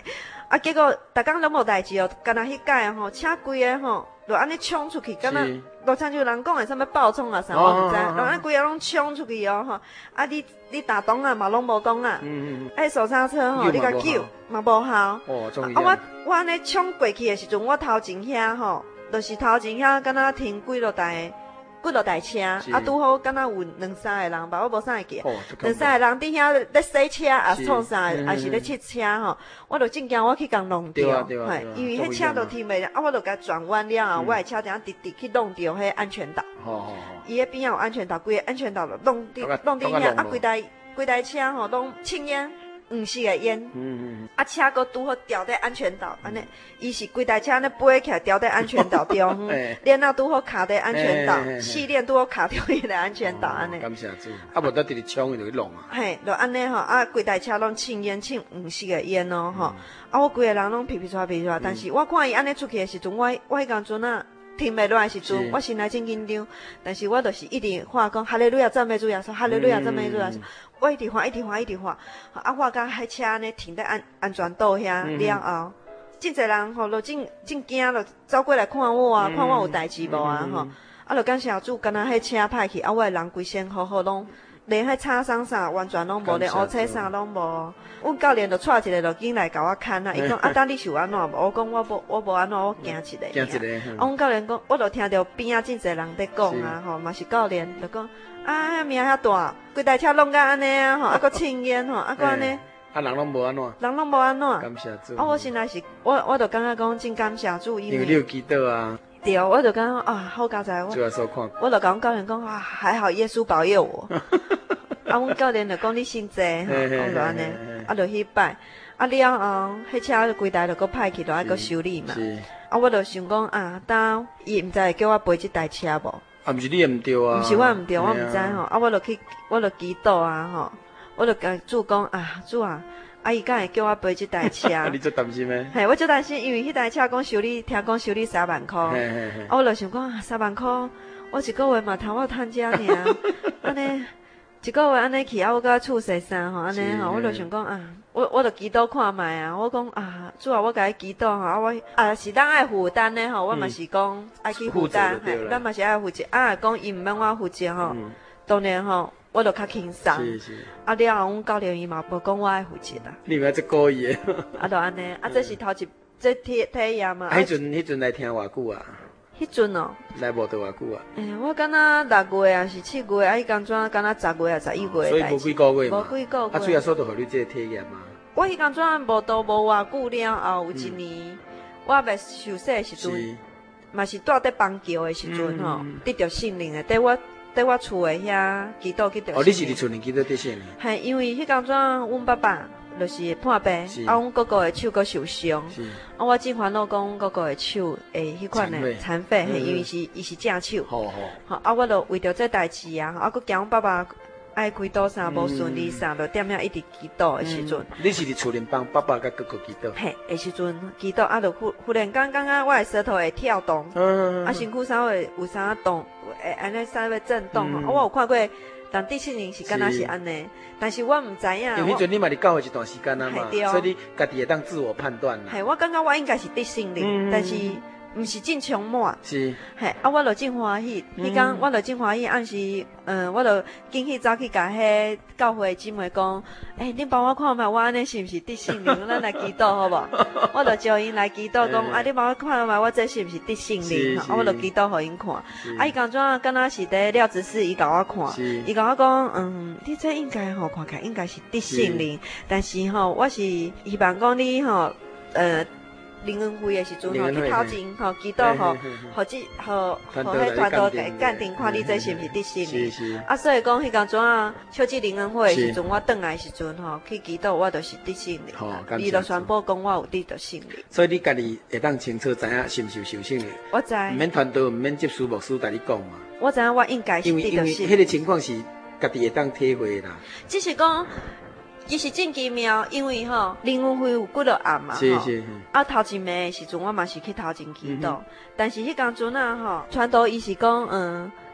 啊，结果逐工拢无代志哦，干那迄届吼，车规个吼，就安尼冲出去，敢若罗昌就人讲的什么爆冲啊啥，我毋知，然后安规个拢冲出去哦吼，啊你打档啊嘛拢无讲啊，哎手刹车吼，你甲救嘛无效，啊我安尼冲过去的时阵，我头前遐吼，就是头前遐敢若停几落台车，啊拄好敢若有两三个人吧，我无啥会记，两三个人伫遐咧洗车啊创啥，还是咧切车吼，我就真惊我去共弄掉，嘿，因为迄车都停袂了，啊我就甲转弯了后，我的车顶直直去弄掉迄安全岛，伊迄边仔有安全岛，规个安全岛就弄伫遐，啊规台车吼拢凊烟。黄色的烟，啊，车搁拄好掉在安全岛，安尼，伊是规台车安尼飞起来掉在安全岛中，链仔拄好卡在安全岛，细链拄好卡掉伊个安全岛安尼。 感谢主，啊无得直直冲伊就去弄啊。 嘿，就安尼吼，啊，规台车拢凊烟，凊黄色的烟哦，吼，啊，我规个人拢皮出来，但是我看伊安尼出去的时阵，我迄当阵啊。停袂落来时阵，我心内真紧张，但是我就是一直喊讲哈利路亚赞美主耶稣，哈利路亚赞美主耶稣，我一直喊，啊，我甲迄车呢停在安全岛遐了后，真侪人吼，就真惊，就走过来看我啊，看我有代志无啊吼，啊，就感谢主，敢若迄车歹去，啊，我的人规身好好拢。连迄擦伤啥完全拢无，连乌青啥拢无。阮教练就带一个就进来甲我看啊，伊讲啊，当你是有安怎无？我讲我无安怎，我惊一个。啊，阮教练讲，我就听到边仔真侪人在讲啊，吼，嘛是教练就讲啊，名遐大，规台车弄甲安尼啊，吼，啊，搁凊烟吼，啊，搁安尼。 啊，人拢无安怎？ 人拢无安怎？ 感谢主。 啊，我心内是，我就感觉讲真感谢主，因为你有祈祷啊。 对，我就感觉啊，好佳哉，我就甲阮教练讲啊，还好耶稣保佑我。啊，阮教练就讲你信济吼，讲就安尼，啊，就去拜，啊了后，迄车规台就搁歹去，就爱搁修理嘛。啊，我就想讲啊，当伊毋知会叫我赔即台车无？ 啊，毋是你毋对啊？ 毋是我毋对，我毋知吼。啊，我就祈祷啊吼，我就甲主讲啊，主啊，啊伊敢会叫我赔即台车？ 你最担心咩？ 嘿，我最担心，因为迄台车讲修理，听讲修理3万块，啊，我就想讲啊，3万块，我一个月嘛头我趁遮尔，安尼。一个月安尼去啊，我甲厝洗衫吼，安尼吼，我就想讲啊，我就祈祷看卖啊，我讲啊，主啊，我甲伊祈祷吼，啊我啊是咱爱负担的吼，我嘛是讲爱去负担，咱嘛是爱负责，啊讲伊毋免我负责吼，当然吼，我就较轻松，啊了后阮教练伊嘛无讲我爱负责啦， 你咪即故意的， 啊就安尼，啊这是头一这体验嘛， 迄阵来听偌久啊？ 迄阵哦， 来无多偌久啊？ 我敢若6月啊是7月，啊，迄当阵敢若10月啊11月。 所以无几个月嘛。 无几个月。 啊，主要说都互你这个体验嘛。 我迄当阵无多无偌久了后，有一年我未受洗的时阵，嘛是住伫邦桥的时阵吼，得着圣灵的，伫我厝的遐祈祷去得。 哦，你是伫厝里祈祷得圣灵？ 系因为迄当阵阮爸爸。就是破病，啊，阮哥哥的手搁受伤，啊，我真烦恼讲阮哥哥的手会迄款的残废，因为伊是正手，好，啊，我就为着这代志啊，啊，搁惊阮爸爸爱开刀啥无顺利啥，就踮遐一直祈祷的时阵， 你是伫厝里帮爸爸甲哥哥祈祷？ 嘿，的时阵祈祷，啊，就忽然间感觉我的舌头会跳动，啊，身躯啥会有啥动，会安尼啥会震动，啊，我有看过。但第7年是敢若是安尼，但是我毋知影。 因为迄阵你嘛伫教会一段时间啊嘛，所以你家己会当自我判断啦。 系，我感觉我应该是得圣灵，但是毋是真充满。 是。 嘿，啊，我就真欢喜，迄天我就真欢喜，按时，我就紧去走去甲迄教会姊妹讲，恁帮我看卖，我安尼是毋是得圣灵？咱来祈祷好无？我就叫因来祈祷，讲恁帮我看卖，我这是毋是得圣灵？我就祈祷互因看。伊讲怎敢若是伫廖执事伊甲我看，伊甲我讲，你这应该吼看起来应该是得圣灵，但是吼我是希望讲你吼，灵恩会的时阵吼，去头前吼祈祷吼，迄团队给鉴定看你这是毋是得圣灵。啊，所以讲迄当阵啊，秋季灵恩会的时阵，我转来的时阵吼，去祈祷我就是得圣灵。伊就宣布讲我有得着圣灵。 所以你家己会当清楚知影是毋是受圣灵？ 我知。 毋免团队，毋免接书牧师甲你讲嘛。 我知影我应该是得着圣灵。因为迄个情况是家己会当体会啦。 只是讲。伊是真奇妙，因为吼灵恩会有几落暗嘛， 是。 啊头前暝的时阵，我嘛是去头前祈祷，但是迄当阵啊吼，传道伊是讲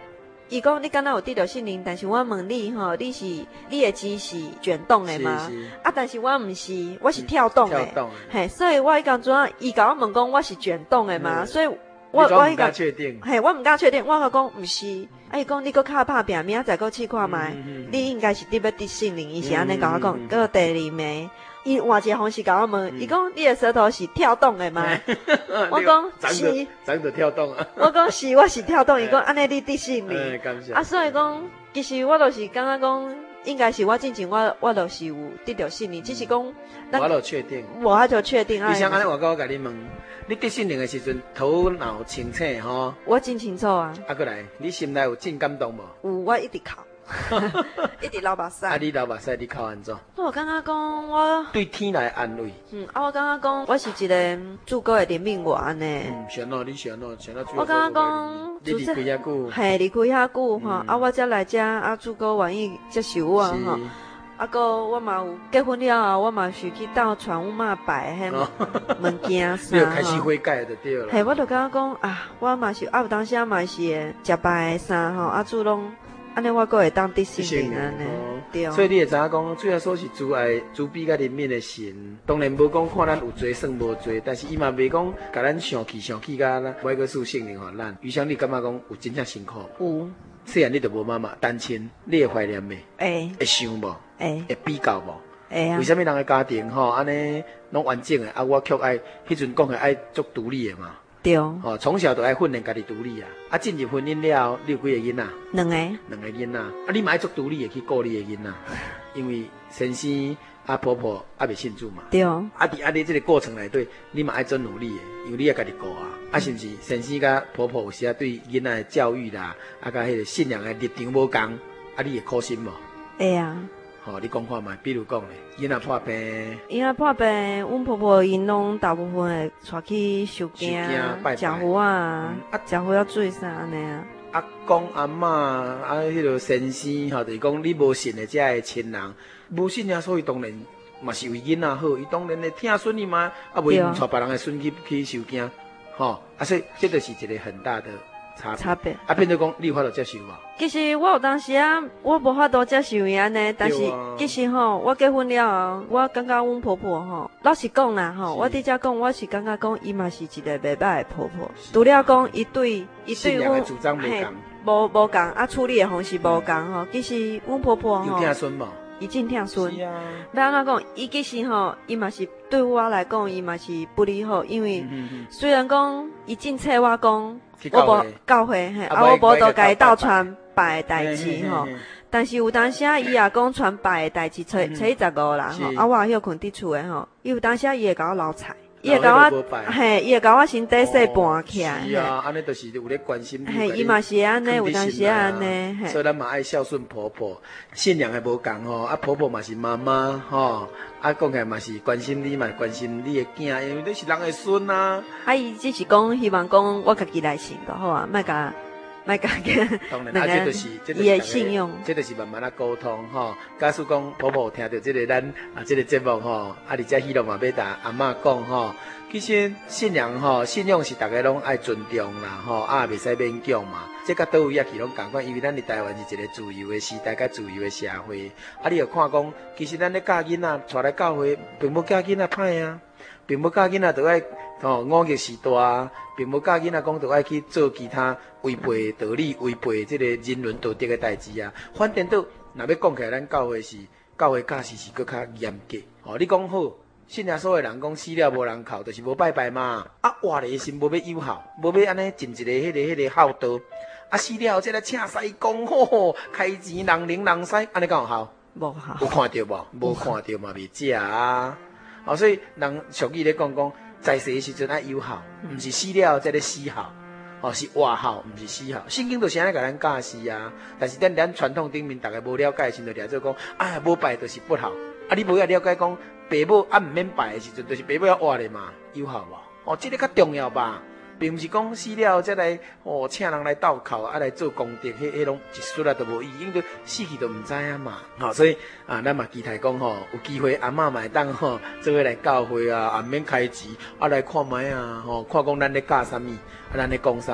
伊讲你敢若有得到圣灵，但是我问你吼，你的钱是卷动的吗？啊，但是我毋是，我是跳动的。嘿，所以我迄讲怎啊，伊甲我问讲我是卷动的嘛，所以我毋敢确定。 嘿，我毋敢确定，我甲讲毋是。啊，伊讲你搁较拍拼，明仔载搁试看觅，你应该是得圣灵，伊是安尼甲我讲。搁第二暝。伊换一个方式甲我问，伊讲你的舌头是跳动的吗？我讲是， 长着跳动啊。 我讲是，我是跳动。伊讲安尼你得圣灵。 感谢。 啊，所以讲，其实我就是感觉讲，应该是我进前我就是有得到圣灵，只是讲， 我就确定。 我就确定。 你像安尼，我甲你问，你得圣灵的时阵，头脑清醒吼？ 我真清楚啊。 啊，过来，你心内有真感动无？ 有，我一直哭。一直流目屎。 啊，你流目屎，你哭安怎？ 我感觉讲我对天来安慰。 我感觉讲我是一个主角的怜悯我呢。 想咯，你想咯， 我感觉讲， 你离开遐久， 嘿，离开遐久吼，啊，我才来遮，啊，主角愿意接受我吼。啊，个我嘛有结婚了后，我嘛是去到传阮妈拜迄物件啥。 你就开始悔改就对了。 嘿，我就感觉讲啊，我嘛是有当时嘛是会食拜啥吼，啊，主拢。安尼我阁会当得圣灵安尼，对。 所以你会知影讲，最后说是主爱、主比甲怜悯的神。当然无讲看咱有罪算无罪，但是伊嘛袂讲甲咱上气甲咱买个属圣灵互咱。余香，你感觉讲有真正辛苦？ 有。 虽然你都无妈妈单亲，你会怀念袂？会想无？会比较无？会啊。为什么人的家庭吼安尼拢完整的？啊，我却爱迄阵讲的爱足独立的嘛。 对， 从小都爱训练家己独立啊！啊，进入婚姻了，你有几个囡仔？ 两个囡仔。啊，你嘛爱做独立的去顾你的囡仔，因为先生啊婆婆还未信主嘛。 对。 啊，伫你这个过程内底，你嘛爱做努力的，因为你要家己顾啊。啊，是不是先生甲婆婆有时啊对囡仔的教育啦，啊，甲迄个信仰的立场无共，啊，你会苦心无？ 会啊。 你讲看嘛，比如讲咧，囡仔破病， 阮婆婆因拢大部分会带去收惊、食糊啊、食糊啊水啥安尼啊。 阿公阿嬷啊，迄个先生就是讲你无信的遮的亲人，无信啊，所以当然嘛是为囡仔好，伊当然会疼孙女嘛，啊，袂带别人的孙去收惊，啊，所以这就是一个很大的差别。啊，变做讲你有法度接受无？ 其实我有当时啊，我无法度接受伊安尼，但是其实吼，我结婚了后，我感觉阮婆婆吼，老实讲啦吼，我伫遮讲，我是感觉讲伊嘛是一个袂歹的婆婆。除了讲伊对阮主张袂共，无共啊，处理的方式无共吼。其实阮婆婆吼， 有疼孙无？ 伊真疼孙。 是啊。 要安怎讲？伊其实吼，伊嘛是对我来讲，伊嘛是不离好，因为虽然讲伊真催我讲。我无教会嘿，我无都甲伊斗传拜的代志吼，但是有当时伊也讲传拜的代志，初15人吼，啊我也休困伫厝诶吼，伊有当时伊会甲我捞菜，伊会甲我嘿，伊会甲我先底洗搬起来。 是啊，安尼就是有咧关心你。 嘿，伊嘛是安尼，有当时安尼。 所以咱嘛爱孝顺婆婆，信仰还无共吼，啊婆婆嘛是妈妈吼。啊，讲起来嘛是关心你嘛，关心你的囝，因为你是人的孙啊。啊， 伊只是讲希望讲我家己来信就好啊，莫甲当然，这就是伊的信用， 这就是慢慢啊沟通吼。假使讲婆婆听到这个咱这个节目吼，啊，而且希望嘛要甲阿嬷讲吼，其实信仰吼，信用是大家拢爱尊重啦吼，啊，袂使勉强嘛。这甲倒位也去拢共款，因为咱伫台湾是一个自由的时代，甲自由的社会。啊，你要看讲，其实咱咧教囡仔，带来教会，并无教囡仔歹啊，并无教囡仔就爱五欲时大，并无教囡仔讲就爱去做其他违背道理、违背这个人伦道德的代志啊。反正都若要讲起来，咱教会教示是搁较严格。你讲好。信耶稣的人讲死了无人哭，就是无拜拜嘛。啊，活的心无要有效，无要安尼尽一个迄个孝道。啊，死了后这个请西公吼，开钱人灵人使，安尼敢有效？ 无效。 有看到无？无看到嘛，袂食啊。所以人俗语咧讲，在世的时阵爱有效，毋是死了后才咧死效。是活效，毋是死效。圣经就是安尼甲咱教示啊。但是咱传统顶面，大家无了解的时阵，就掠做讲，哎呀，无拜就是不好。啊，你无要了解讲。爸母啊，毋免拜的时阵，就是爸母要活的嘛，有效无？这个较重要吧，并毋是讲死了再来请人来斗哭啊，来做功德，迄拢一丝啊都无意义，因为死去都毋知啊嘛。所以咱嘛期待讲有机会阿嬷嘛会当做伙来教会啊，也免开钱啊来看卖啊，看讲咱咧教啥物，咱咧讲啥物。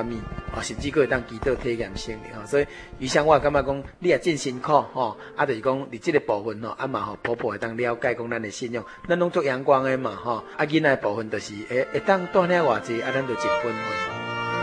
甚至佫会当祈祷体验生命吼。所以余香我感觉讲，你也真辛苦吼，就是讲伫这个部分吼，嘛吼婆婆会当了解讲咱的信仰，咱拢做阳光的嘛吼，囡仔的部分就是会当带领偌济，咱就尽本分。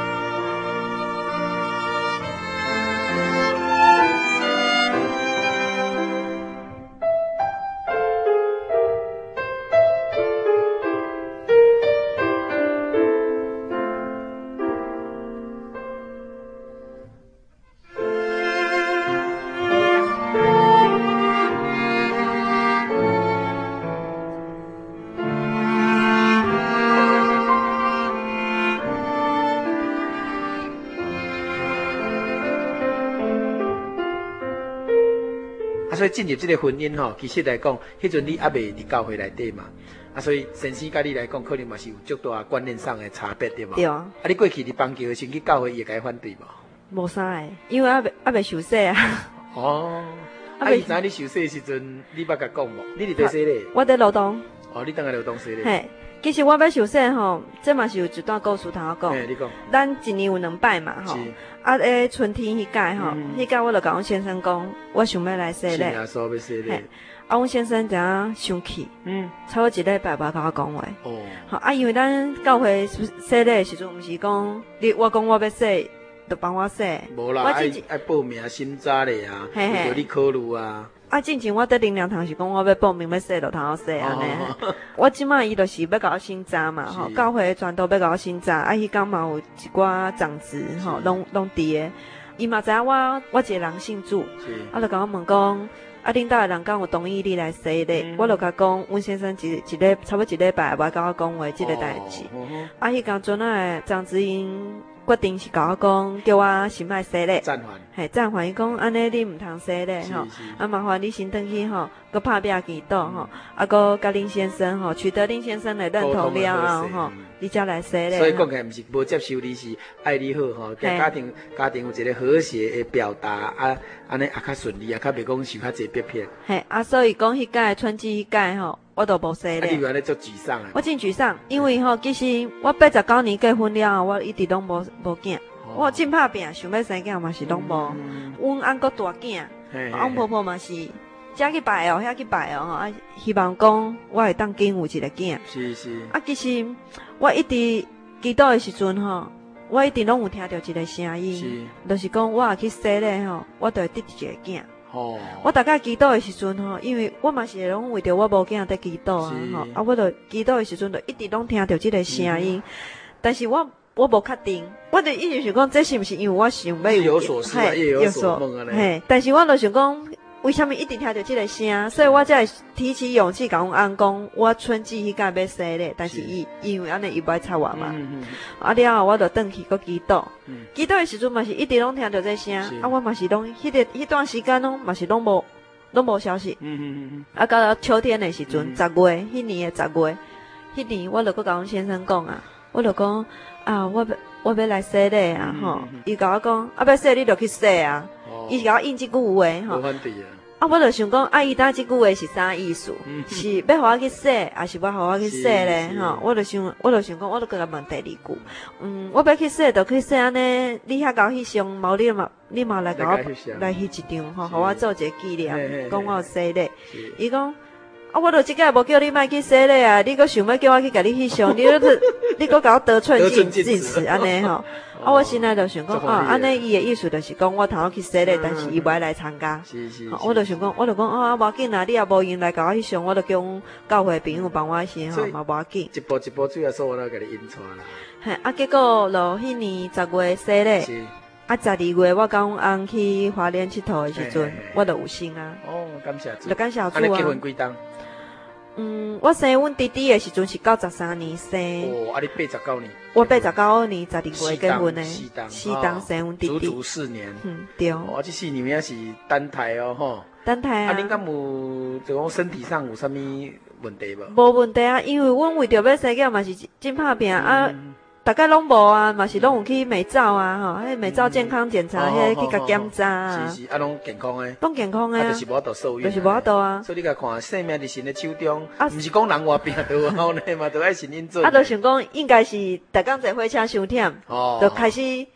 所以进入这个婚姻吼，其实来讲，迄阵你还未伫教会内底嘛，所以先生甲你来讲，可能嘛是有足大观念上的差别，对无？ 对啊。 你过去伫邦桥先去教会，伊会甲伊反对无？ 无啥诶，因为还未受洗啊。 哦。伊知你受洗的时阵，你捌甲讲无？你伫佇洗咧？ 我伫罗东。 哦，你当下罗东洗咧？ 嘿，其实我要受洗吼，这嘛是有一段故事通我讲。 嘿，你讲。 咱一年有2摆嘛吼。春天迄届吼，迄届我就甲阮先生讲，我想要来洗咧。 耶稣要洗咧。 阮先生怎样生气？差不多1礼拜无甲我讲话。 哦。 好因为咱教会洗咧的时阵，毋是讲我讲我要洗，就帮我洗。 无啦，爱报名审查咧啊，要你考虑啊。 之前我伫灵粮堂是讲我要报名要洗，就通好洗安尼。我即摆伊就是要甲我审查嘛，吼，教会的传道要甲我审查，迄天嘛有一寡长子吼，拢伫诶。伊嘛知影我一个人信主，就甲我问讲，恁兜的人敢有同意你来洗咧？我就甲讲，阮先生差不多1礼拜无甲我讲话即个代志。迄天阵啊，长子因决定是甲我讲，叫我先莫洗咧。 暂缓。 嘿，暂缓。伊讲安尼你毋通洗咧吼，麻烦你先转去吼，佮拍拼祈祷吼，佮甲林先生吼，取得林先生的认同了后吼，你才来洗咧。 所以讲起来，毋是无接受你，是爱你好吼，家庭有一个和谐的表达安尼也较顺利，较袂讲受较侪逼迫。 嘿，所以讲迄届春季迄届吼，我都无洗咧。 你原来做沮丧啊？ 我真沮丧，因为吼，其实我89年结婚了后，我一直拢无囝。我真拍拼，想要生囝嘛是拢无。阮翁阁大囝，翁婆婆嘛是，遮去拜哦，遐去拜哦吼，希望讲我会当紧有一个囝。 是。 其实我一直祈祷的时阵吼，我一直拢有听到一个声音，就是讲我若去洗咧吼，我就会得一个囝。我大概祈祷的时阵吼，因为我嘛是拢为着我无囝在祈祷啊吼，我就祈祷的时阵就一直拢听到这个声音，但是我无确定，我就一直想讲，这是毋是因为我想要有所思啊，夜有所梦啊嘿，但是我就想讲，为什么一直听到这个声？所以我才会提起勇气甲阮翁讲，我春季迄届要洗咧，但是因为安尼伊不爱插我嘛，了后我就转去搁祈祷，祈祷的时阵嘛是一直拢听到这声，我嘛是拢迄段时间拢嘛是拢无消息，到秋天的时阵，10月，迄年的10月，迄年我就搁甲阮先生讲啊，我就讲。我要来洗咧啊吼！伊甲我讲，要洗你就去洗啊！伊是甲我应即句话吼。我就想讲，伊打即句话是啥意思？是要互我去洗，还是要互我去洗咧？吼！我就想讲，我就甲问第2句。我要去洗就去洗安尼，你遐搞翕相，毛你嘛来甲我来翕一張吼，互我做一个纪念，讲我有洗咧。伊讲。我就即个无叫你莫去洗咧啊！你阁想要叫我去甲你翕相，你阁甲我得寸进尺安尼吼。我现在就想讲，安尼伊的意思就是讲我头要去洗咧，但是伊无爱来参加。我就想讲，我就讲无要紧啦，你也无闲来甲我翕相，我就叫教会朋友帮我先吼，嘛无要紧。 一步一步最后说我来甲你引出啦。 嘿，结果就迄年10月洗咧。12月我甲阮翁去花莲佚佗的时阵，我就有生啊。 感谢主。 就感谢主啊。 安尼结婚几冬？ 我生阮弟弟的时阵是93年生。 你89年？ 我89年12月结婚的，4冬生阮弟弟。 足足4年。 对。 这4年也是单胎哦，吼。 单胎啊。 恁敢有就讲身体上有啥物问题无？ 无问题啊，因为阮为着要生囝嘛是真拍拼啊。大概拢无啊，嘛是拢有去美照啊，吼，迄美照健康检查，迄去甲检查啊。是，拢健康诶。拢健康诶啊。就是无法度受孕。就是无法度啊。所以你甲看，生命伫神诶手中，毋是讲人外边都好呢嘛，都爱神因做。就想讲，应该是逐工坐火车伤忝，就开始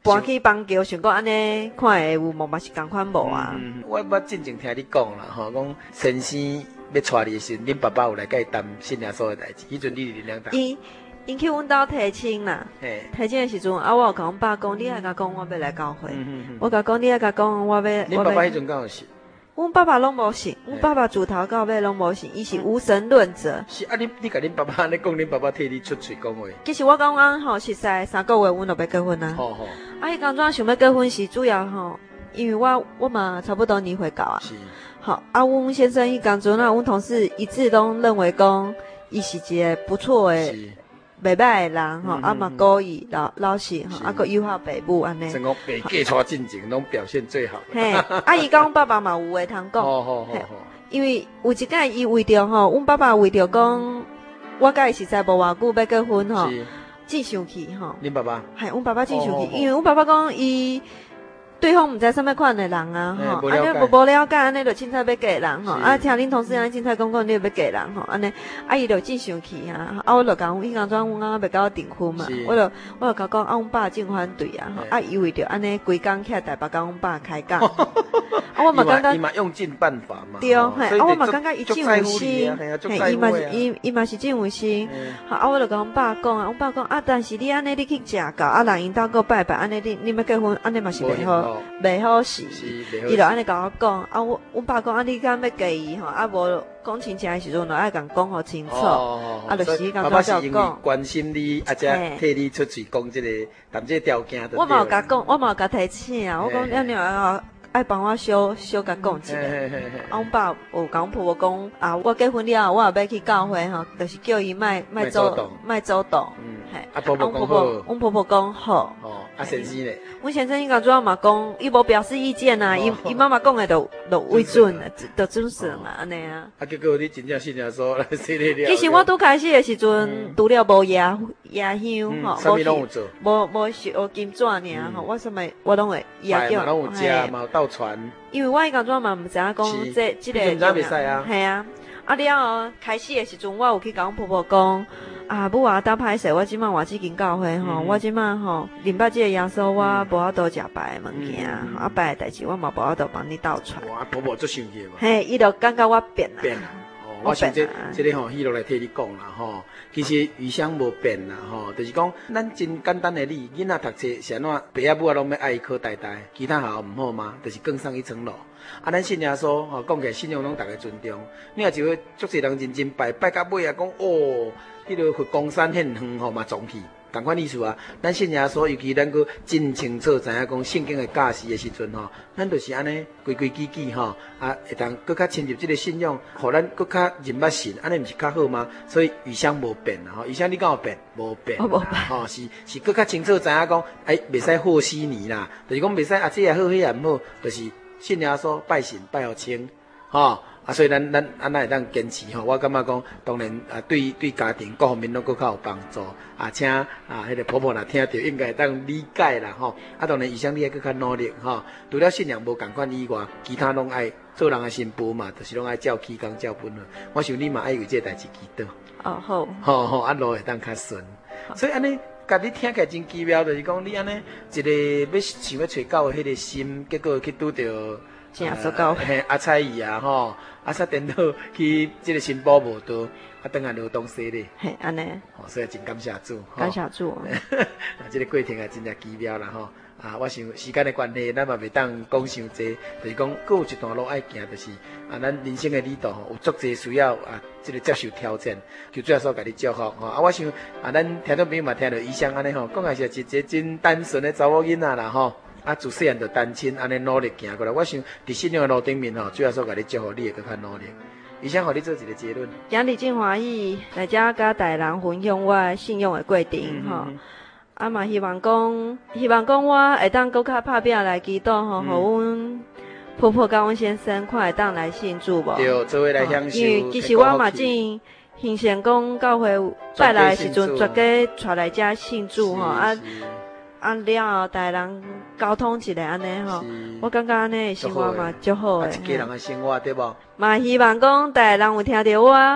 搬去邦桥，想讲安尼看会有无嘛是共款无啊？ 我真正听你讲啦，吼，讲先生要带你的时，恁爸爸有来甲伊谈信耶稣的代志，迄阵你伫两搭。 因去阮兜提亲啦，提亲的时阵，我有甲阮爸讲，你爱甲讲我要来教会，我甲讲你爱甲讲我要。 恁爸爸迄阵敢有信？ 阮爸爸拢无信，阮爸爸自头到尾拢无信，伊是无神论者。 是啊，你甲恁爸爸安尼讲，恁爸爸替你出嘴讲话。 其实我讲吼，实在3个月阮就要结婚啊。 好。 伊当阵想要结婚是主要吼，因为我嘛差不多年岁到啊。是。好，阮先生伊当阵啊，阮同事一致都认为讲，伊是一个不错的。袂歹的人吼，嘛故意老实吼，个友好爸母安尼。成功爸嫁出进前拢表现最好。 嘿，伊讲阮爸爸嘛有话通讲。好。因为有一届伊为着吼，阮爸爸为着讲，我甲伊实在无偌久要结婚吼，真生气吼。 恁爸爸？ 嘿，阮爸爸真生气，因为阮爸爸讲伊。对方毋知啥物款的人啊，吼，安尼无了解，安尼就凊彩要嫁人吼，听恁同事安尼凊彩讲你要嫁人吼，安尼，伊就真生气啊，我就讲，迄当阵阮刚刚要甲我订婚嘛，我就甲讲，阮爸真反对啊，吼，伊为着安尼规工起来台北甲阮爸开讲，我嘛感觉伊嘛用尽办法嘛， 对，嘿，我嘛感觉伊真有心，嘿，伊嘛是真有心，好，我就甲阮爸讲啊，阮爸讲但是你安尼你去食到，人因兜个拜拜，安尼你要结婚，安尼嘛是袂好。袂好势，伊就安尼甲我讲，阮爸讲你敢要嫁伊吼，无讲亲情的时阵，就爱甲讲好清楚，就是爸爸是因为关心你，才替你出嘴讲这个，谈这条件。 我嘛有甲讲，我嘛有甲提醒啊，我讲你爱帮我小甲讲一下。阮爸有甲阮婆婆讲我结婚了，我也要去教会吼，就是叫伊莫走动。 婆婆讲好， 阮婆婆讲好。 先生咧？ 阮先生伊讲主要嘛讲，伊无表示意见啊，伊妈妈讲的都为准啊，都准顺啊，安尼啊。 结果你真正信耶稣了。 其实我拄开始的时阵，除了无压香吼， 啥物拢有做， 无学金纸尔吼，我啥物我拢会压叫，拢有食，嘛有倒传。 因为我伊讲主要嘛毋知影讲这个， 唔知袂使啊。 系啊，了开始的时阵，我有去甲阮婆婆讲。母啊，当歹势，我即摆换即间教会吼，我即摆吼，明白即个耶稣，我无法度食拜的物件，拜的代志，我嘛无法度帮你倒传。 哇，婆婆足生气嘛。 嘿，伊就感觉我变啦。 变啦，我想这个吼，希落来替你讲啦吼。其实余香无变啦吼，就是讲咱真简单的理，囡仔读册是安怎，爸仔母啊拢要爱伊考大大，其他学校毋好吗？就是更上一层楼。咱信耶稣吼，讲起来信仰拢大家尊重。你若就会足侪人认真拜到尾啊，讲迄个佛光山献远吼嘛撞去，同款意思啊。咱信耶稣，尤其咱佫真清楚知影讲圣经的教示的时阵吼，咱就是安尼规规矩矩吼，会当佫较深入这个信仰，互咱佫较认捌神，安尼毋是较好吗？所以余香无变啦吼，余香你敢有变？无变，吼是佫较清楚知影讲，袂使和稀泥啦，就是讲袂使这也好，迄也毋好，就是信耶稣拜神拜互清，吼。所以咱安那会当坚持吼，我感觉讲，当然对家庭各方面拢更较有帮助。请迄个婆婆若听到，应该会当理解啦吼。当然，以上你还更较努力吼。除了信仰无共款以外，其他拢爱做人的新妇嘛，就是拢爱照起工照本了。我想你嘛爱为这代志祈祷。 好。 好，路会当较顺。所以安尼，甲你听起来真奇妙，就是讲你安尼一个想要找教的迄个心，结果去拄到。阿彩姨啊吼，煞颠倒去这个新妇无多，等下落东西咧。 嘿，安尼。 所以真感谢主。 感谢主。 这个过程也真正奇妙啦吼。我想时间的关系，咱嘛袂当讲伤济，就是讲，佫有一段路爱行，就是咱人生的旅途吼，有足济需要这个接受挑战，求主耶稣甲你祝福吼。我想咱听众朋友嘛听到以上安尼吼，讲也是一个真单纯的查某囡仔啦吼。自细汉就单亲，安尼努力行过来。我想伫信仰的路顶面吼，主要说甲你祝福，你会更较努力。以上互你做一个结论。 今日真欢喜来遮甲大人分享我信仰的过程吼。嘛希望讲我会当更较拍拼来祈祷吼，互阮婆婆甲阮先生看会当来信主无？ 对，做伙来享受。 因为其实我嘛真欣赏讲教会拜来的时阵，绝家带来遮信主吼了后，大人沟通一下安尼吼，我感觉安尼生活嘛足好诶。 一家人诶生活对无？ 嘛希望讲大人有听到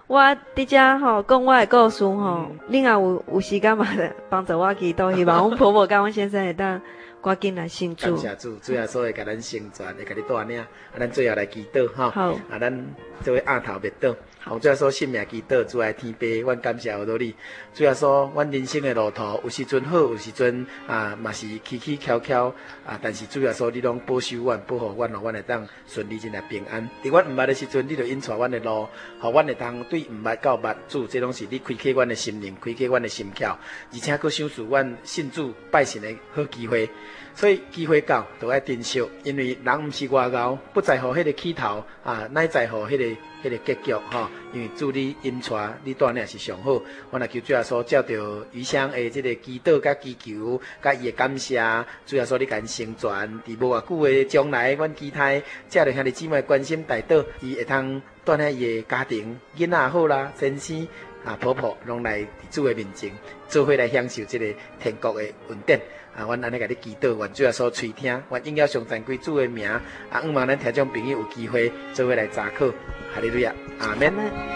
我伫遮吼讲我的故事吼，恁也有时间嘛帮助我祈祷，希望阮婆婆甲阮先生会当赶紧来信主。 感谢主，主耶稣会甲咱成全，会甲你带领。咱最后来祈祷哈。 好。 咱做位压头灭倒，主耶稣性命祈祷，主爱天父，阮感谢有道理。主耶稣，阮人生的路途有时阵好，有时阵嘛是起起翘翘但是主耶稣，你拢保守阮，保护阮，互阮会当顺利进来平安。伫阮毋捌的时阵，你就引带阮的路，互阮会当对毋捌到捌。主，这拢是你开启阮的心灵，开启阮的心窍，而且佫享受阮信主拜神的好机会。所以机会到，就爱珍惜，因为人毋是外交，不在乎迄个起头乃在乎迄个结局因为主你引带，你带领是上好。我若求主耶稣照着余香的这个祈祷甲祈求，甲伊的感谢，主耶稣你甲因成全。伫无偌久的将来，阮期待遮着兄弟姊妹关心大道，伊会通带领伊的家庭，囡仔好啦，先生婆婆拢来伫主的面前，做伙来享受这个天国的恩典。阮安尼甲你祈祷，愿主耶稣垂听，愿应邀上赞归主的名。希望咱听众朋友有机会做伙来查考。哈利路亚，阿门。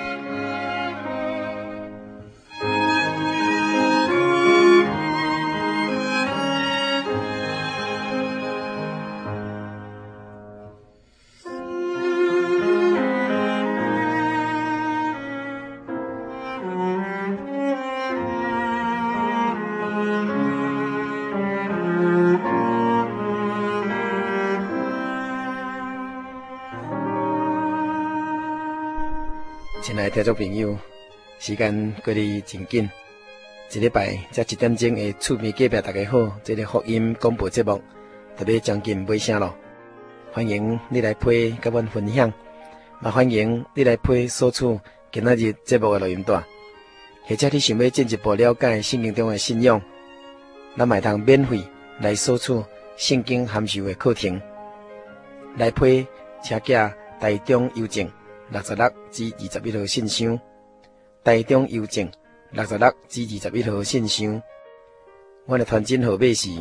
亲爱的听众朋友，时间过得真紧，一礼拜才1点钟的厝边隔壁大家好，这个福音广播节目特别将近尾声咯。欢迎你来配甲阮分享，也欢迎你来配索取今仔日节目的录音带，或者你想要进一步了解圣经中的信仰，咱嘛通免费来索取圣经函授的课程，来配车架台中邮政66至21号信箱，台中邮政66至21号信箱。阮的传真号码是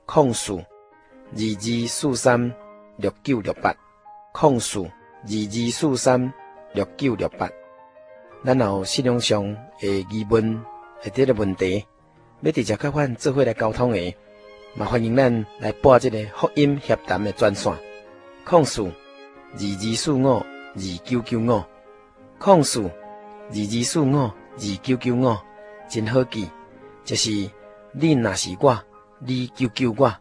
0422436968，0422436968。咱有信仰上的疑问或者个问题，要直接甲阮做伙来沟通的，嘛欢迎咱来拨这个福音协谈的专线，0422452995，0422452995，真好记，就是你若是我，你救救我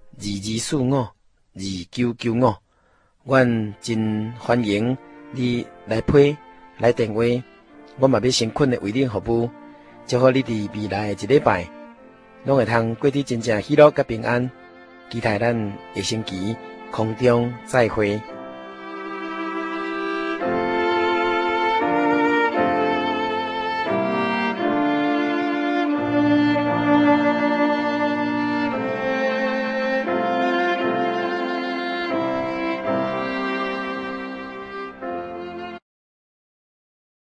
，22452995，阮真欢迎你来批来电话，我嘛要诚恳的为你服务，祝福你伫未来的一礼拜，拢会通过得真正喜乐甲平安，期待咱下星期空中再会。